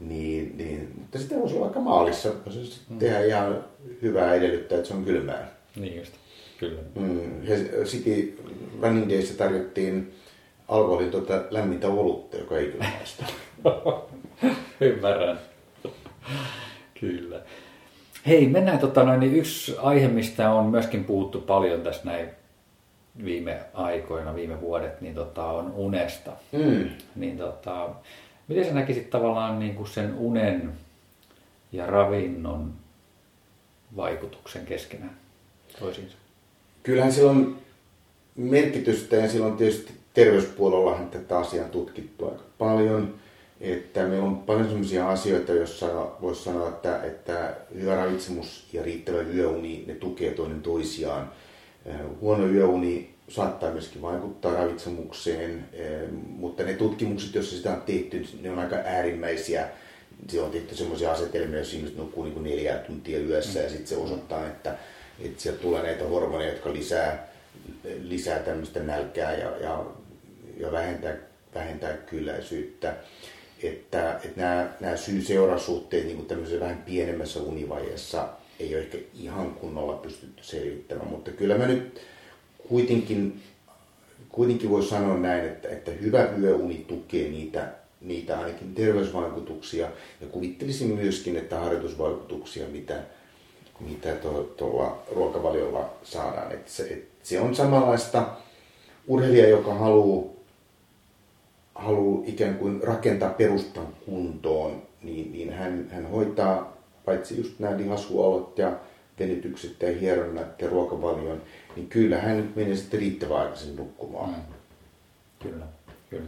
niin, niin, mutta sitä voisi olla vaikka maalissa, se mm. tehdään ihan hyvää edellyttää, että se on kylmää. Niin just, kyllä. Mm, City Running Dayssä tarjottiin alkoholin tuota lämmintä olutta, joka ei kyllä maista. Ymmärrän. Kyllä. Hei, mennään tota noin, niin yksi aihe, mistä on myöskin puhuttu paljon tässä näin viime aikoina, viime vuodet, niin tota, on unesta. Mm. Niin tota, miten sä näkisit tavallaan niin kuin sen unen ja ravinnon vaikutuksen keskenään toisiinsa? Kyllähän sillä on merkitystä ja silloin tietysti terveyspuolellahan tätä asiaa on tutkittu aika paljon. Että meillä on paljon sellaisia asioita, joissa voisi sanoa, että, että hyvä ravitsemus ja riittävä yöuni, ne tukee toinen toisiaan. Huono yöuni saattaa myöskin vaikuttaa ravitsemukseen, mutta ne tutkimukset, joissa sitä on tehty, ne on aika äärimmäisiä. Siellä on tehty sellaisia asetelmia, jos ihmiset nukkuu niin kuin neljä tuntia yössä ja sitten se osoittaa, että, että sieltä tulee näitä hormoneja, jotka lisää, lisää tämmöistä nälkää ja, ja, ja vähentää, vähentää kylläisyyttä. Että, että nämä, nämä syy-seurasuhteet niin kuin tämmöisessä vähän pienemmässä univaiheessa ei ole ehkä ihan kunnolla pystytty selvittämään, mutta kyllä mä nyt kuitenkin, kuitenkin voi sanoa näin, että, että hyvä yöuni tukee niitä, niitä ainakin terveysvaikutuksia ja kuvittelisin myöskin, että harjoitusvaikutuksia, mitä, mitä tuolla ruokavaliolla saadaan. Että se, että se on samanlaista urheilija, joka haluaa haluaa ikään kuin rakentaa perustan kuntoon, niin, niin hän, hän hoitaa paitsi just nämä lihashuollot ja venytykset ja hieronnat ja ruokavalion, niin kyllä hän nyt menee sitten riittävän aikaisin nukkumaan. Mm. Kyllä, kyllä.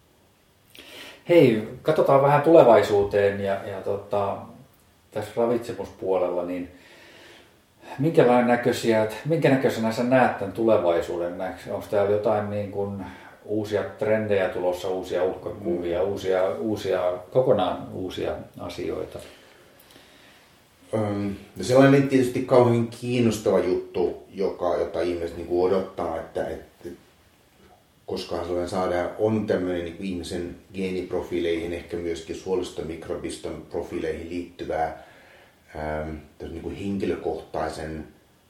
Hei, katsotaan vähän tulevaisuuteen ja, ja tota, tässä ravitsemuspuolella, niin minkälainen näköisiä, minkä näköisenä sä näet tämän tulevaisuuden? Onko täällä jotain niin kuin uusia trendejä tulossa, uusia uhkakuvia, mm. uusia, uusia, kokonaan uusia asioita? Um, sellainen tietysti kauhean kiinnostava juttu, joka, jota ihmiset niin kuin odottaa, että, että koskaan sellainen saadaan, on tämmöinen niin kuin ihmisen geeniprofiileihin, ehkä myöskin suolistomikrobiston profiileihin liittyvää ähm, niin kuin henkilökohtaisen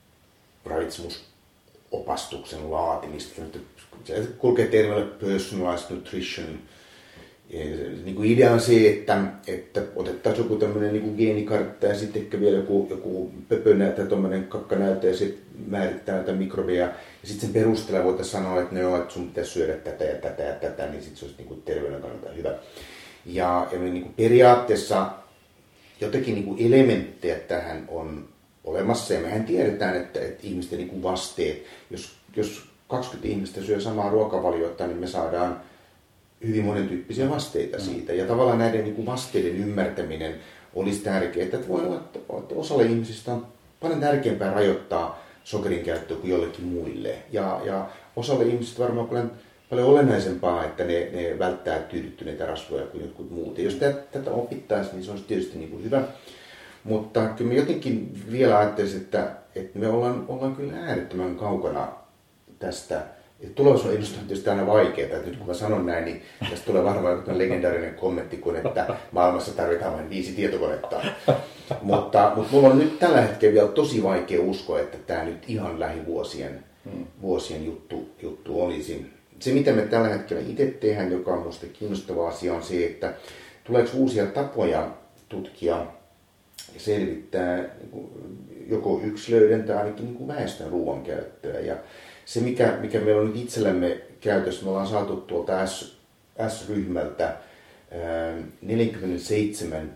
ravitsemusopastuksen laatimista. Se kulkee terveellä personalized nutrition. Niin kuin idea on se, että, että otettaisiin joku tämmöinen niin kuin geenikartta ja sitten ehkä vielä joku, joku pöpönäytä, tuommoinen kakkanäytä ja sitten määrittää näitä mikrobeja. Ja sitten sen perusteella voitaisiin sanoa, että ne on, että sun pitäisi syödä tätä ja tätä ja tätä, niin sitten se olisi niin kuin terveyden kannalta hyvä. Ja, ja niin kuin periaatteessa jotakin niin kuin elementtejä tähän on olemassa ja mehän tiedetään, että, että ihmisten niin kuin vasteet, jos, jos kaksikymmentä ihmistä syö samaa ruokavaliota, niin me saadaan hyvin monentyyppisiä vasteita siitä. Ja tavallaan näiden niin kuin vasteiden ymmärtäminen olisi tärkeää, että voi olla, että osalle ihmisistä on paljon tärkeämpää rajoittaa sokerin käyttöä kuin jollekin muille. Ja, ja osalle ihmisistä varmaan paljon, paljon olennaisempaa, että ne, ne välttää tyydyttyneitä rasvoja kuin jotkut muut. Ja jos tätä opittaisiin, niin se olisi tietysti niin kuin hyvä. Mutta kyllä mä jotenkin vielä ajattelisin, että, että me ollaan, ollaan kyllä äärettömän kaukana tästä. Tulevaisuuden ennustaminen on tietysti aina vaikeaa. Nyt kun mä sanon näin, niin tästä tulee varmaan joku legendaarinen kommentti, kun että maailmassa tarvitaan vain viisi tietokonetta. Mutta, mutta mulla on nyt tällä hetkellä vielä tosi vaikea uskoa, että tämä nyt ihan lähivuosien hmm. vuosien juttu, juttu olisi. Se, mitä me tällä hetkellä itse tehdään, joka on minusta kiinnostava asia, on se, että tuleeko uusia tapoja tutkia ja selvittää niin kuin, joko yksilöiden tai ainakin niin kuin väestön ruoankäyttöä. Ja se, mikä, mikä meillä on nyt itsellämme käytössä, me ollaan saatu tuolta S, S-ryhmältä neljäkymmentäseitsemän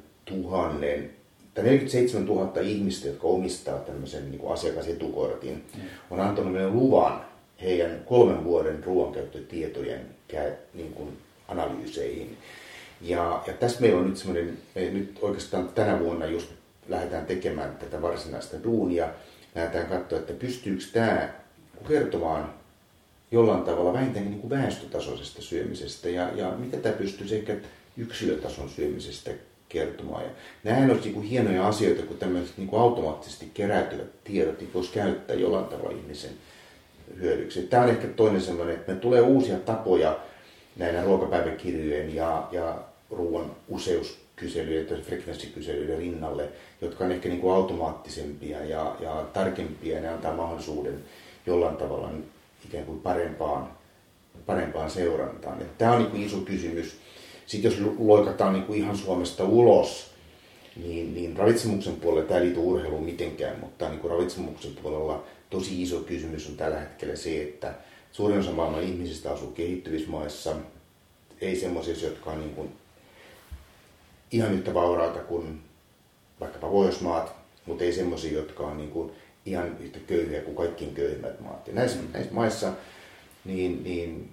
tuhatta ihmistä, jotka omistaa tämmöisen niin kuin asiakasetukortin, mm. on antanut meille luvan heidän kolmen vuoden ruoankäyttötietojen niin kuin analyyseihin. Ja, ja tässä meillä on nyt semmoinen, me nyt oikeastaan tänä vuonna just lähdetään tekemään tätä varsinaista duunia, lähdetään katsoa, että pystyykö tämä kertomaan jollain tavalla vähintäänkin niin kuin väestötasoisesta syömisestä ja, ja mitä tämä pystyy ehkä yksilötason syömisestä kertomaan. Ja nämähän olisi niin kuin hienoja asioita, kun tämmöiset niin kuin automaattisesti keräytyvät tiedot niin voisi käyttää jollain tavalla ihmisen hyödyksi. Tämä on ehkä toinen sellainen, että me tulee uusia tapoja näiden ruokapäiväkirjojen ja, ja ruoan useus kyselyiden tai frekvenssikyselyiden rinnalle, jotka on ehkä niin kuin automaattisempia ja, ja tarkempia, ja ne antaa mahdollisuuden jollain tavalla ikään kuin parempaan, parempaan seurantaan. Että tämä on niin kuin iso kysymys. Sitten jos loikataan niin kuin ihan Suomesta ulos, niin, niin ravitsemuksen puolella tämä ei liity urheiluun mitenkään, mutta niin kuin ravitsemuksen puolella tosi iso kysymys on tällä hetkellä se, että suurin osa maailman ihmisistä asuu kehittyvissä maissa, ei semmoisissa, jotka on niin kuin ihan yhtä vauraata kuin vaikkapa Pohjoismaat, mutta ei semmoisia, jotka on niin kuin ihan yhtä köyhiä kuin kaikkiin köyhimmät maat. Ja näissä, näissä maissa niin, niin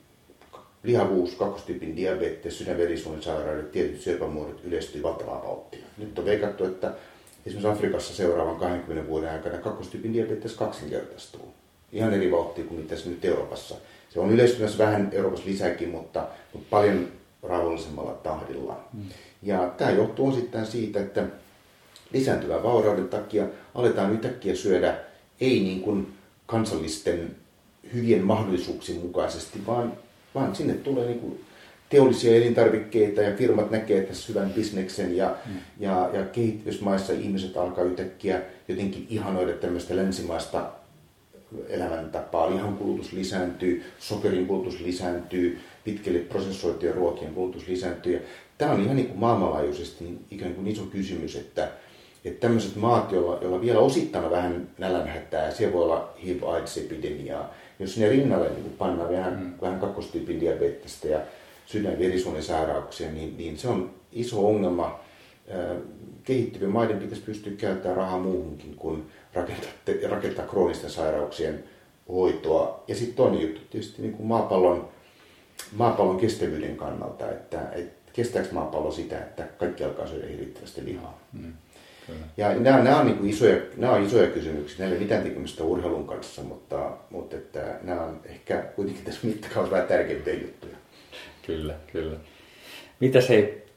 lihavuus, kakkostyypin diabetes, sydänverisuonisairaudet, tietyt syöpämuodot yleistyy valtavaa vauhtia. Nyt on veikattu, että esimerkiksi Afrikassa seuraavan kahdenkymmenen vuoden aikana kakkostyypin diabetes kaksinkertaistuu. Ihan eri vauhtia kuin mitä se nyt Euroopassa. Se on yleistymässä vähän Euroopassa lisääkin, mutta, mutta paljon rauhallisemmalla tahdilla. Mm. Ja tämä johtuu osittain siitä, että lisääntyvän vaurauden takia aletaan yhtäkkiä syödä ei niin kuin kansallisten hyvien mahdollisuuksien mukaisesti, vaan, vaan sinne tulee niin kuin teollisia elintarvikkeita ja firmat näkee tässä hyvän bisneksen ja, mm. ja, ja kehittymismaissa ihmiset alkaa yhtäkkiä jotenkin ihanoida tämmöistä länsimaista elämäntapaa. Lihan kulutus lisääntyy, sokerin kulutus lisääntyy, pitkälle prosessoitujen ruokien kulutus lisääntyy. Ja tämä on ihan niin kuin maailmanlaajuisesti ikään kuin iso kysymys, että, että tämmöiset maat, joilla, joilla vielä osittain on vähän nälänhätää, siellä voi olla H I V-AIDS-epidemiaa, jos sinne rinnalle niin kuin pannaan vähän, mm. vähän kakkostyypin diabetesta ja sydän-verisuonisairauksia, niin, niin se on iso ongelma. Kehittyvien maiden pitäisi pystyä käyttämään rahaa muuhunkin kuin rakentaa, rakentaa kroonisten sairauksien hoitoa. Ja sitten toinen juttu tietysti niin kuin maapallon, maapallon kestävyyden kannalta, että, että kestääkö maapallo sitä, että kaikki alkaa syödä hirvittävästi lihaa. Mm, ja nämä, nämä, on niin kuin isoja, nämä on isoja kysymyksiä, näillä ei ole mitään tekemistä urheilun kanssa, mutta, mutta että nämä on ehkä kuitenkin tässä mittakaavassa vähän tärkeimpiä juttuja. Kyllä, kyllä. Mitäs hei,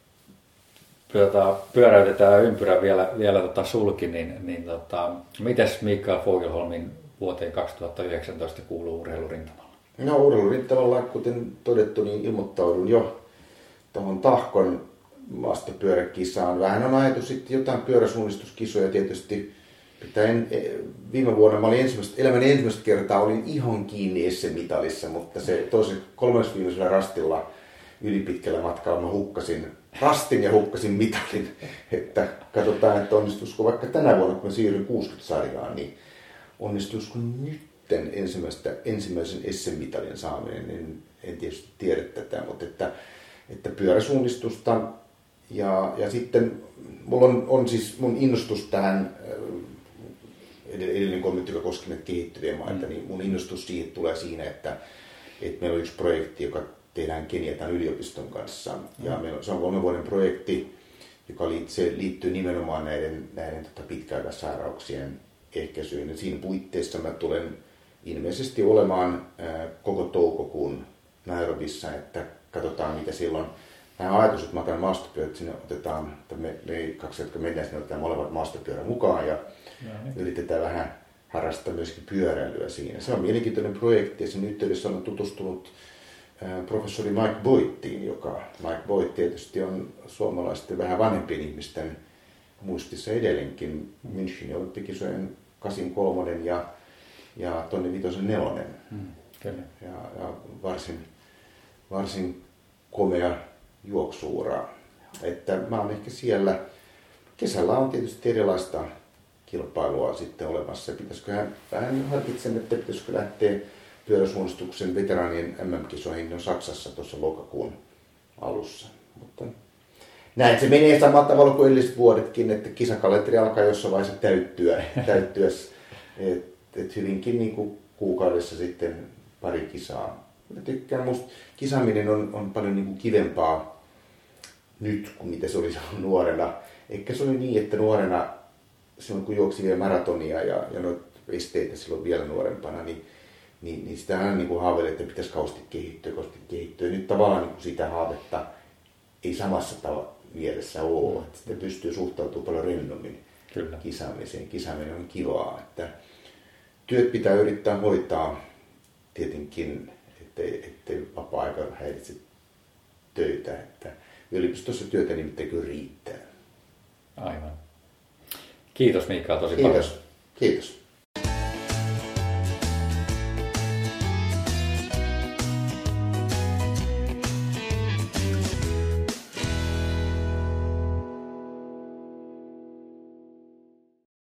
Tuota, pyöräytetään ympyrä vielä, vielä tota sulki, niin, niin tota, mitäs Mikael Fogelholmin vuoteen kaksituhattayhdeksäntoista kuuluu urheilurintamalla? No urheilurintamalla, kuten todettu, niin ilmoittaudun jo tuohon Tahkon maastopyöräkisaan. Vähän on ajatus sitten jotain pyöräsuunnistuskisoja tietysti. En, viime vuonna mä olin ensimmäistä, elämäni ensimmäistä kertaa olin ihan kiinni S M-mitalissa, mutta se toisen kolmannes viimeisellä rastilla ylipitkällä matkalla mä hukkasin rastin ja hukkasin mitalin, että katsotaan, että onnistuisiko vaikka tänä vuonna, kun mä siirryn kuusikymmentä-sarjaan, niin onnistuisiko nytten ensimmäistä, ensimmäisen S M-mitalin saaminen, en, en tietysti tiedä tätä, mutta että, että pyöräsuunnistusta ja, ja sitten mulla on, on siis mun innostus tähän, edellinen kommentti, joka koski näitä kehittyviä maita, mm. niin mun innostus siihen tulee siinä, että, että meillä on yksi projekti, joka tehdään Keniatan yliopiston kanssa. Ja mm. meillä on, se on kolmen vuoden projekti, joka liittyy, liittyy nimenomaan näiden, näiden tota, pitkäaikaissairauksien ehkäisyyn. Ja siinä puitteissa mä tulen ilmeisesti olemaan ää, koko toukokuun Nairobissa, että katsotaan mitä silloin. Nämä ajatus, että mä otan maastopyörät, sinne otetaan, että me, me kaksi, jotka mennään, sinne otetaan molemmat maastopyörän mukaan ja mm. yritetään vähän harrastaa myöskin pyöräilyä siinä. Se on mielenkiintoinen projekti ja sen yhteydessä on tutustunut professori Mike Boyttiin, joka Mike Boyt tietysti on suomalaisten vähän vanhempien ihmisten muistissa edelleenkin Münchenin olympikisojen kahdeksankymmentäkolme ja, ja Tonni Vitosen nelonen. Mm, ja, ja varsin, varsin komea juoksuura. Että mä oon ehkä siellä, kesällä on tietysti erilaista kilpailua sitten olemassa. Pitäisiköhän vähän harkitsen, että pitäisikö lähteä pyöräsuunnistuksen veteraanien M M-kisoihin on Saksassa tuossa lokakuun alussa. Mutta näin se menee samalla tavalla kuin edelliset vuodetkin, että kisakalenteri alkaa jossain vaiheessa täyttyä. täyttyä et, et hyvinkin niin kuin kuukaudessa sitten pari kisaa. Mä tykkään, musta kisaaminen on, on paljon niin kuin kivempaa nyt kuin mitä se oli nuorena. Ehkä se oli niin, että nuorena silloin kun juoksi vielä maratonia ja, ja noita esteitä silloin vielä nuorempana, niin Niin, niin sitä aina niin haaveili, että pitäisi kauheasti kehittyä, kauheasti kehittyä. Nyt tavallaan niin sitä haavetta ei samassa tavalla mielessä ole, että sitä pystyy suhtautumaan paljon rennommin Kyllä. kisaamiseen. Kisaaminen on kivaa, että työt pitää yrittää hoitaa tietenkin, ettei, ettei vapaa-aika häiritse töitä. Että yliopistossa työtä nimittäin kyllä riittää. Aivan. Kiitos Mikael tosi Kiitos. paljon. Kiitos.